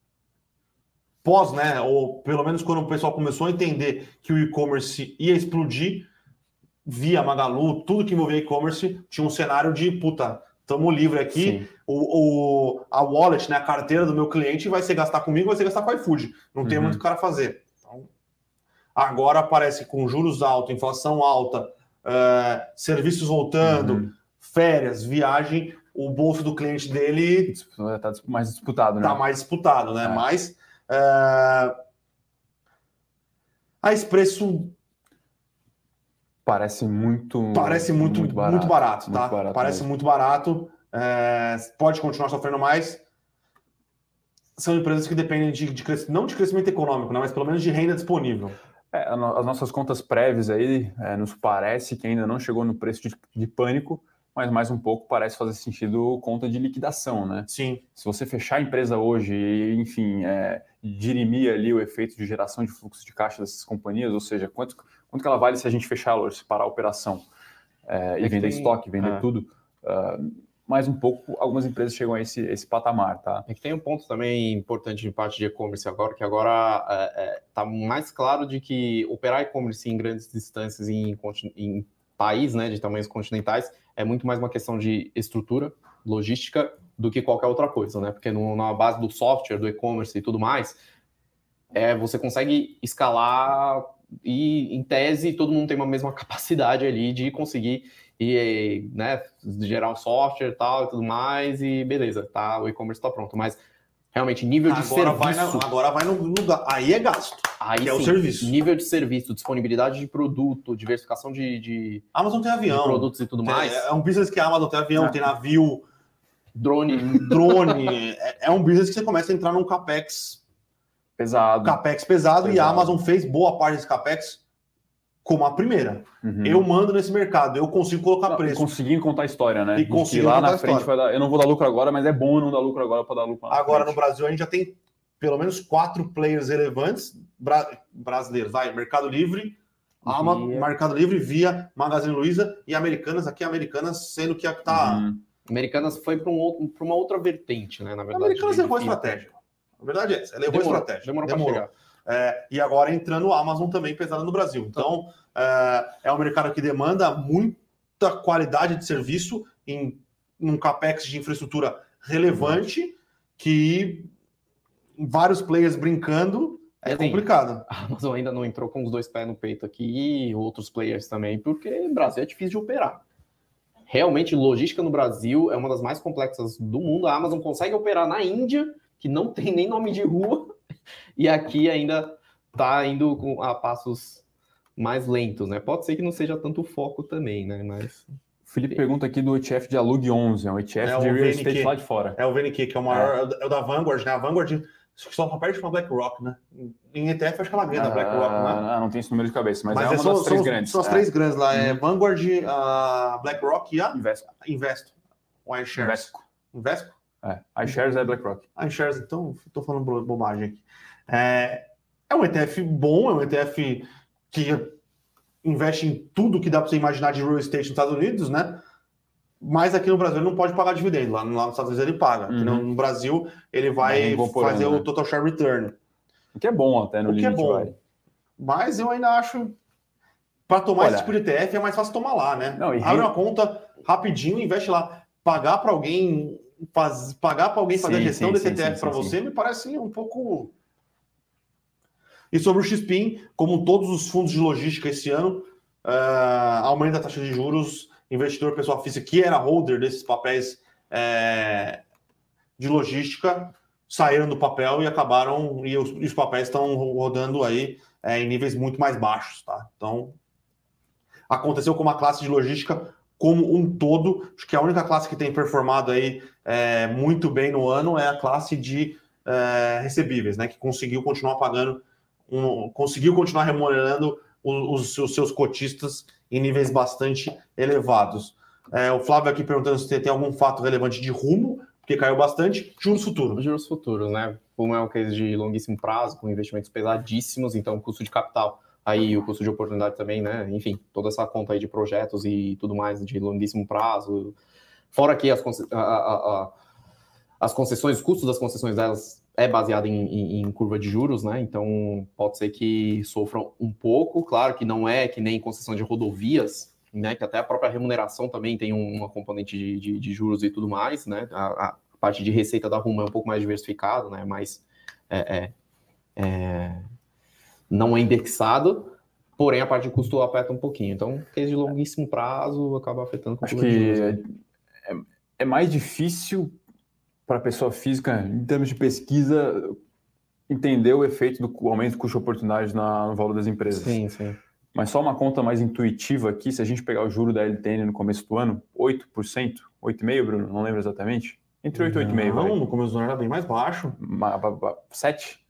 pós, né? Ou pelo menos quando o pessoal começou a entender que o e-commerce ia explodir, Via, Magalu, tudo que envolvia e-commerce, tinha um cenário de, puta, estamos livre aqui, o, o, a wallet, né, a carteira do meu cliente vai ser gastar comigo, vai ser gastar com o iFood. Não tem uhum. muito o cara fazer. Então, agora aparece com juros altos, inflação alta, uh, serviços voltando, uhum. férias, viagem, o bolso do cliente dele... Está mais disputado, né? Está mais disputado, né? É. Mas uh, a Expresso... Parece muito... Parece muito, muito barato, muito barato tá? Muito barato Parece mesmo. muito barato. É, pode continuar sofrendo mais. São empresas que dependem de, de crescimento, não de crescimento econômico, né? Mas pelo menos de renda disponível. É, as nossas contas prévias aí, é, nos parece que ainda não chegou no preço de, de pânico, mas mais um pouco parece fazer sentido conta de liquidação, né? Sim. Se você fechar a empresa hoje e, enfim, é, dirimir ali o efeito de geração de fluxo de caixa dessas companhias, ou seja, quanto, quanto que ela vale se a gente fechar ela hoje, se parar a operação é, e é vender tem... estoque, vender é. tudo... Uh, mais um pouco, algumas empresas chegam a esse, esse patamar, tá? É que tem um ponto também importante de parte de e-commerce agora, que agora está é, é, mais claro de que operar e-commerce em grandes distâncias em, em país, né, de tamanhos continentais, é muito mais uma questão de estrutura, logística, do que qualquer outra coisa, né? Porque no, na base do software, do e-commerce e tudo mais, é, você consegue escalar e, em tese, todo mundo tem uma mesma capacidade ali de conseguir... e, né, gerar um software e tal e tudo mais, e beleza, tá, o e-commerce está pronto, mas realmente nível de agora serviço... Vai na, agora vai no, no... Aí é gasto, aí que é sim, o serviço. Nível de serviço, disponibilidade de produto, diversificação de... de Amazon tem avião. De produtos e tudo tem, mais. É um business que a Amazon tem avião, é. tem navio... Drone. Drone. é, é um business que você começa a entrar num capex... Pesado. Capex pesado, pesado. E a Amazon fez boa parte desse capex... como a primeira. Uhum. Eu mando nesse mercado, eu consigo colocar preço. Conseguir contar a história, né? E conseguir lá na frente vai dar, eu não vou dar lucro agora, mas é bom não dar lucro agora para dar lucro lá na Agora, frente. No Brasil, a gente já tem pelo menos quatro players relevantes bra- brasileiros. Vai, Mercado Livre, Ama, Mercado Livre, Via, Magazine Luiza e Americanas. Aqui, Americanas, sendo que a que tá... Uhum. Americanas foi para um uma outra vertente, né? Na verdade. Americanas levou a estratégia. A verdade é essa, ela levou a estratégia. Demorou, demorou para chegar. É, e agora entrando o Amazon também pesado no Brasil. Então, é, é um mercado que demanda muita qualidade de serviço em um capex de infraestrutura relevante, que vários players brincando É assim, complicado. A Amazon ainda não entrou com os dois pés no peito aqui, e outros players também, porque o Brasil é difícil de operar. Realmente, logística no Brasil é uma das mais complexas do mundo. A Amazon consegue operar na Índia, que não tem nem nome de rua, e aqui ainda está indo com, a passos mais lentos, né? Pode ser que não seja tanto foco também, né? Mas... O Felipe pergunta aqui do E T F de Alug onze, é um E T F É de o real V N Q. estate lá de fora. É o V N Q, que é o maior, é, é o da Vanguard, né? A Vanguard, acho que só perde para a BlackRock, né? Em E T F, acho que ela ganha da BlackRock, né? Ah, não tem esse número de cabeça, mas, Mas é uma são, das três são, grandes. São as é. três grandes lá, é Uhum. Vanguard, a BlackRock e a Invesco. Investo. O iShares. Invesco. Invesco? É, iShares é BlackRock. iShares, então, estou falando bobagem aqui. É, é um E T F bom, é um E T F que investe em tudo que dá para você imaginar de real estate nos Estados Unidos, né? Mas aqui no Brasil ele não pode pagar dividendo. Lá, lá nos Estados Unidos ele paga. Aqui no, Uhum. no Brasil ele vai Vai fazer né? o Total Share Return. O que é bom até no o que limite, é bom. vai. Mas eu ainda acho... Para tomar Olha, esse tipo de E T F é mais fácil tomar lá, né? Não, e Abre uma conta rapidinho e investe lá. Pagar para alguém, faz, pagar para alguém fazer sim, a gestão sim, desse sim, E T F para sim, você sim. me parece um pouco... E sobre o X P I N, como todos os fundos de logística esse ano, uh, aumenta a taxa de juros, investidor pessoa física que era holder desses papéis é, de logística saíram do papel e acabaram, e os, e os papéis estão rodando aí é, em níveis muito mais baixos, tá? Então, aconteceu com uma classe de logística como um todo. Acho que a única classe que tem performado aí é, muito bem no ano é a classe de é, recebíveis, né? Que conseguiu continuar pagando, um, conseguiu continuar remunerando os, os seus cotistas em níveis bastante elevados. É, o Flávio aqui perguntando se tem algum fato relevante de Rumo, porque caiu bastante. Juros futuros. Juros futuros, né? Rumo é um case de longuíssimo prazo, com investimentos pesadíssimos, então custo de capital, aí o custo de oportunidade também, né? Enfim, toda essa conta aí de projetos e tudo mais de longuíssimo prazo. Fora que as, a, a, a, as concessões, os custos das concessões delas é baseado em, em, em curva de juros, né? Então pode ser que sofram um pouco. Claro que não é que nem concessão de rodovias, né? Que até a própria remuneração também tem uma componente de, de, de juros e tudo mais, né? A, a parte de receita da Rumo é um pouco mais diversificado, né? Mas é, é, é, não é indexado, porém a parte de custo aperta um pouquinho. Então, case de longuíssimo prazo acaba afetando com Acho que juros, né? é, é mais difícil para a pessoa física, em termos de pesquisa, entender o efeito do aumento do custo de oportunidade na, no valor das empresas. Sim, sim. Mas só uma conta mais intuitiva aqui, se a gente pegar o juro da L T N no começo do ano, oito por cento, oito vírgula cinco por cento, Bruno, não lembro exatamente. Entre oito e oito vírgula cinco por cento. Não, no começo do ano era bem mais baixo. sete?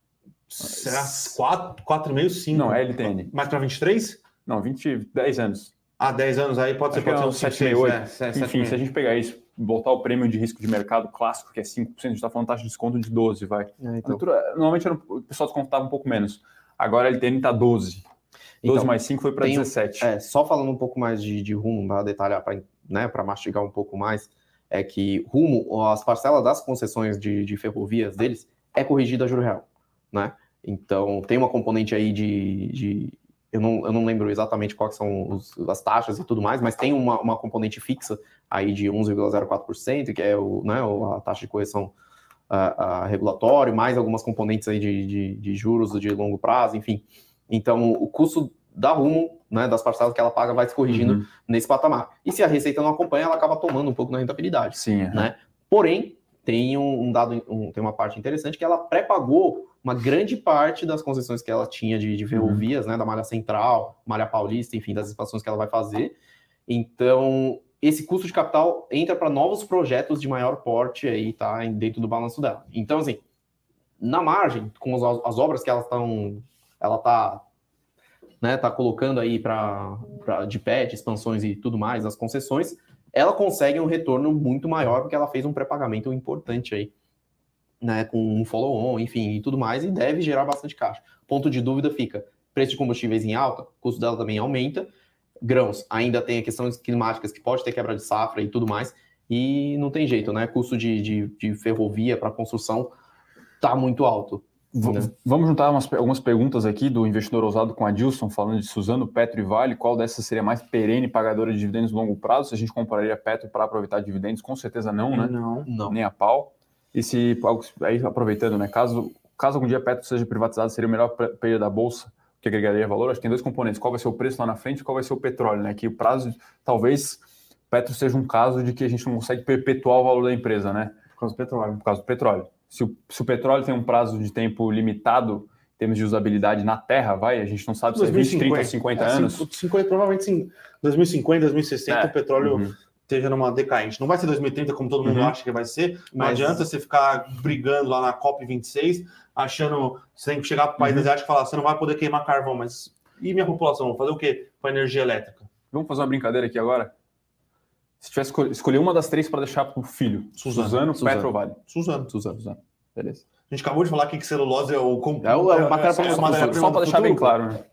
Será quatro, quatro vírgula cinco, cinco? Não, é L T N. Mais para vinte e três? Não, vinte, dez anos. Ah, dez anos aí pode Acho ser, pode ser é um sete cinco, vírgula seis, oito. Enfim, se a gente pegar isso, botar o prêmio de risco de mercado clássico, que é cinco por cento, a gente está falando taxa de desconto de doze, vai. É, então. Normalmente o pessoal descontava um pouco menos. Agora a L T N está doze. doze então, mais cinco foi para dezessete. É, só falando um pouco mais de, de Rumo, para detalhar, para né, mastigar um pouco mais, é que Rumo, as parcelas das concessões de, de ferrovias deles é corrigida a juro real, né? Então, tem uma componente aí de... de eu, não, eu não lembro exatamente quais são os, as taxas e tudo mais, mas tem uma, uma componente fixa aí de onze vírgula zero quatro por cento, que é o, né, a taxa de correção a, a regulatório, mais algumas componentes aí de, de, de juros de longo prazo, enfim. Então, o custo da Rumo, né, das parcelas que ela paga, vai se corrigindo uhum. nesse patamar. E se a receita não acompanha, ela acaba tomando um pouco na rentabilidade. Sim. Né? Uhum. Porém, tem um, um dado, um, tem uma parte interessante que ela pré-pagou uma grande parte das concessões que ela tinha de, de ferrovias, uhum. né, da Malha Central, Malha Paulista, enfim, das expansões que ela vai fazer. Então, esse custo de capital entra para novos projetos de maior porte aí, tá, dentro do balanço dela. Então, assim, na margem, com as, as obras que ela estão, ela tá, né, tá colocando aí para de pé, de expansões e tudo mais, as concessões, ela consegue um retorno muito maior porque ela fez um pré-pagamento importante aí, né, com um follow-on, enfim, e tudo mais, e deve gerar bastante caixa. Ponto de dúvida fica, preço de combustíveis em alta, o custo dela também aumenta, grãos, ainda tem a questões climáticas que pode ter quebra de safra e tudo mais, e não tem jeito, né, custo de, de, de ferrovia para construção tá muito alto. V- Vamos juntar umas, algumas perguntas aqui do investidor ousado com a Dilson, falando de Suzano, Petro e Vale. Qual dessas seria mais perene pagadora de dividendos no longo prazo? Se a gente compararia Petro para aproveitar dividendos, com certeza não, né? Não, não. Nem a pau. E se, aí aproveitando, né, caso caso algum dia a Petro seja privatizada, seria o melhor player da Bolsa, que agregaria valor? Acho que tem dois componentes. Qual vai ser o preço lá na frente e qual vai ser o petróleo, né? Que o prazo, talvez, Petro seja um caso de que a gente não consegue perpetuar o valor da empresa, né? Por causa do petróleo. Por causa do petróleo. Se o, se o petróleo tem um prazo de tempo limitado, em termos de usabilidade na Terra, vai, a gente não sabe se é vinte, trinta, cinquenta anos. cinquenta, provavelmente sim. dois mil e cinquenta, dois mil e sessenta, é. o petróleo Uhum. esteja numa decaente. Não vai ser dois mil e trinta, como todo mundo Uhum. acha que vai ser. Não Mas... adianta você ficar brigando lá na COP vinte e seis, achando você tem que chegar para o país Uhum. asiático e falar, você não vai poder queimar carvão, mas e minha população? Vou fazer o quê com a energia elétrica? Vamos fazer uma brincadeira aqui agora? Se tivesse escolher escolher uma das três para deixar para o filho, Suzano. Suzano, Suzano. Petro ou Vale? Suzano. Suzano, Suzano. Beleza. A gente acabou de falar aqui que celulose é o... É o, é o matéria-prima é do matéria-prima futuro. Só para do deixar bem futuro. claro, né?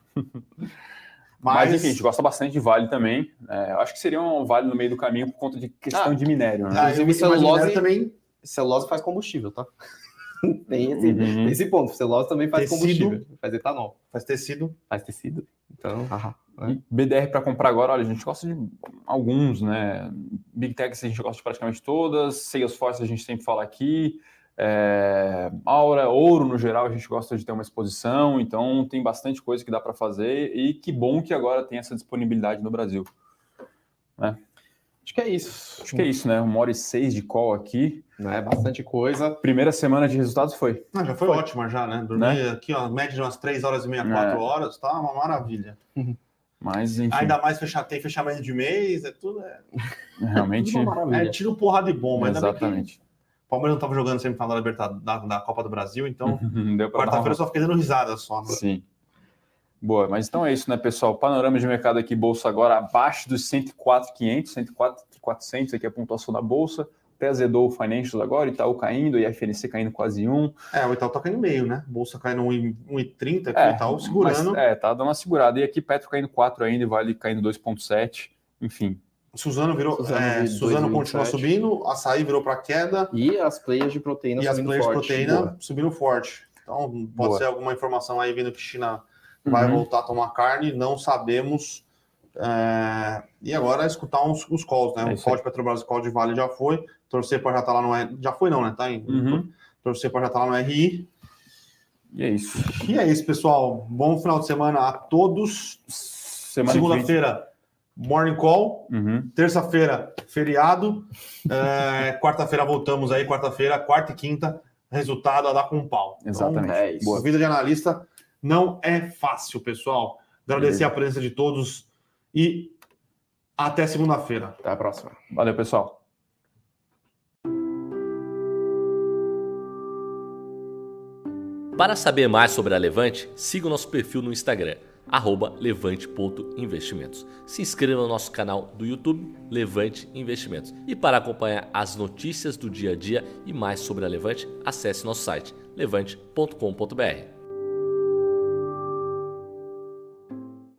Mas... Mas, enfim, a gente gosta bastante de Vale também. É, eu acho que seria um Vale no meio do caminho por conta de questão Ah. de minério, né? Ah, Inclusive, eu vi que mais celulose- minério também... Celulose faz combustível, tá? Tem esse, Uhum. tem esse ponto. Celulose também faz Tecido. combustível. Faz etanol. Faz tecido. Faz tecido. Então, haha. E B D R para comprar agora, olha, a gente gosta de alguns, né? Big Techs a gente gosta de praticamente todas, Salesforce a gente sempre fala aqui, é... Aura, ouro no geral a gente gosta de ter uma exposição, então tem bastante coisa que dá para fazer e que bom que agora tem essa disponibilidade no Brasil. Né? Acho que é isso. Acho que é isso, né? Uma hora e seis de call aqui. É bastante coisa. Primeira semana de resultados foi. Ah, já foi, Foi. ótima já, né? Dormir Né? aqui, ó, média de umas três horas e meia, quatro É. horas, tá uma maravilha. Mas, enfim, Ainda mais fechar, tem fechamento de mês, é tudo. É, realmente. Tudo uma maravilha. é tiro porrada de bomba. Ainda bem que Exatamente. o Palmeiras não tava jogando sempre da Libertadores, da, da Copa do Brasil, então Deu pra dar quarta-feira uma- eu só fiquei dando risada só. Né? Sim. Boa, mas então é isso, né, pessoal? Panorama de mercado aqui, Bolsa agora abaixo dos cento e quatro mil e quinhentos, cento e quatro mil e quatrocentos aqui é a pontuação da Bolsa. Até azedou o Financials agora, Itaú caindo, e a F N C caindo quase um. É, o Itaú tá caindo meio, né? Bolsa caindo um e trinta, aqui É, o Itaú segurando. Mas, é, tá dando uma segurada. E aqui Petro caindo quatro ainda, e Vale caindo dois vírgula sete. Enfim. Suzano virou. Suzano é, de Suzano dois continua vírgula vinte e sete. subindo, Açaí virou para queda E as players de proteína e as subindo players de forte. proteína Boa. subindo forte. Então, pode Boa. ser alguma informação aí vindo que China vai Uhum. voltar a tomar carne, não sabemos. É, E agora escutar uns, os calls, né? É o isso call aí. de Petrobras, o call de Vale já foi. Torcer para já estar lá no R... Já foi, não, né? Tá em... Uhum. Torcer para já estar lá no R I. E é isso. E é isso, pessoal. Bom final de semana a todos. Semana que vem- Segunda-feira, morning call. Uhum. Terça-feira, feriado. É, quarta-feira voltamos aí. Quarta-feira, quarta e quinta, resultado a dar com um pau. Exatamente. é isso. Então, a vida de analista não é fácil, pessoal. Agradecer a presença de todos e até segunda-feira. Até a próxima. Valeu, pessoal. Para saber mais sobre a Levante, siga o nosso perfil no Instagram, arroba levante ponto investimentos. Se inscreva no nosso canal do YouTube, Levante Investimentos. E para acompanhar as notícias do dia a dia e mais sobre a Levante, acesse nosso site, levante ponto com ponto br.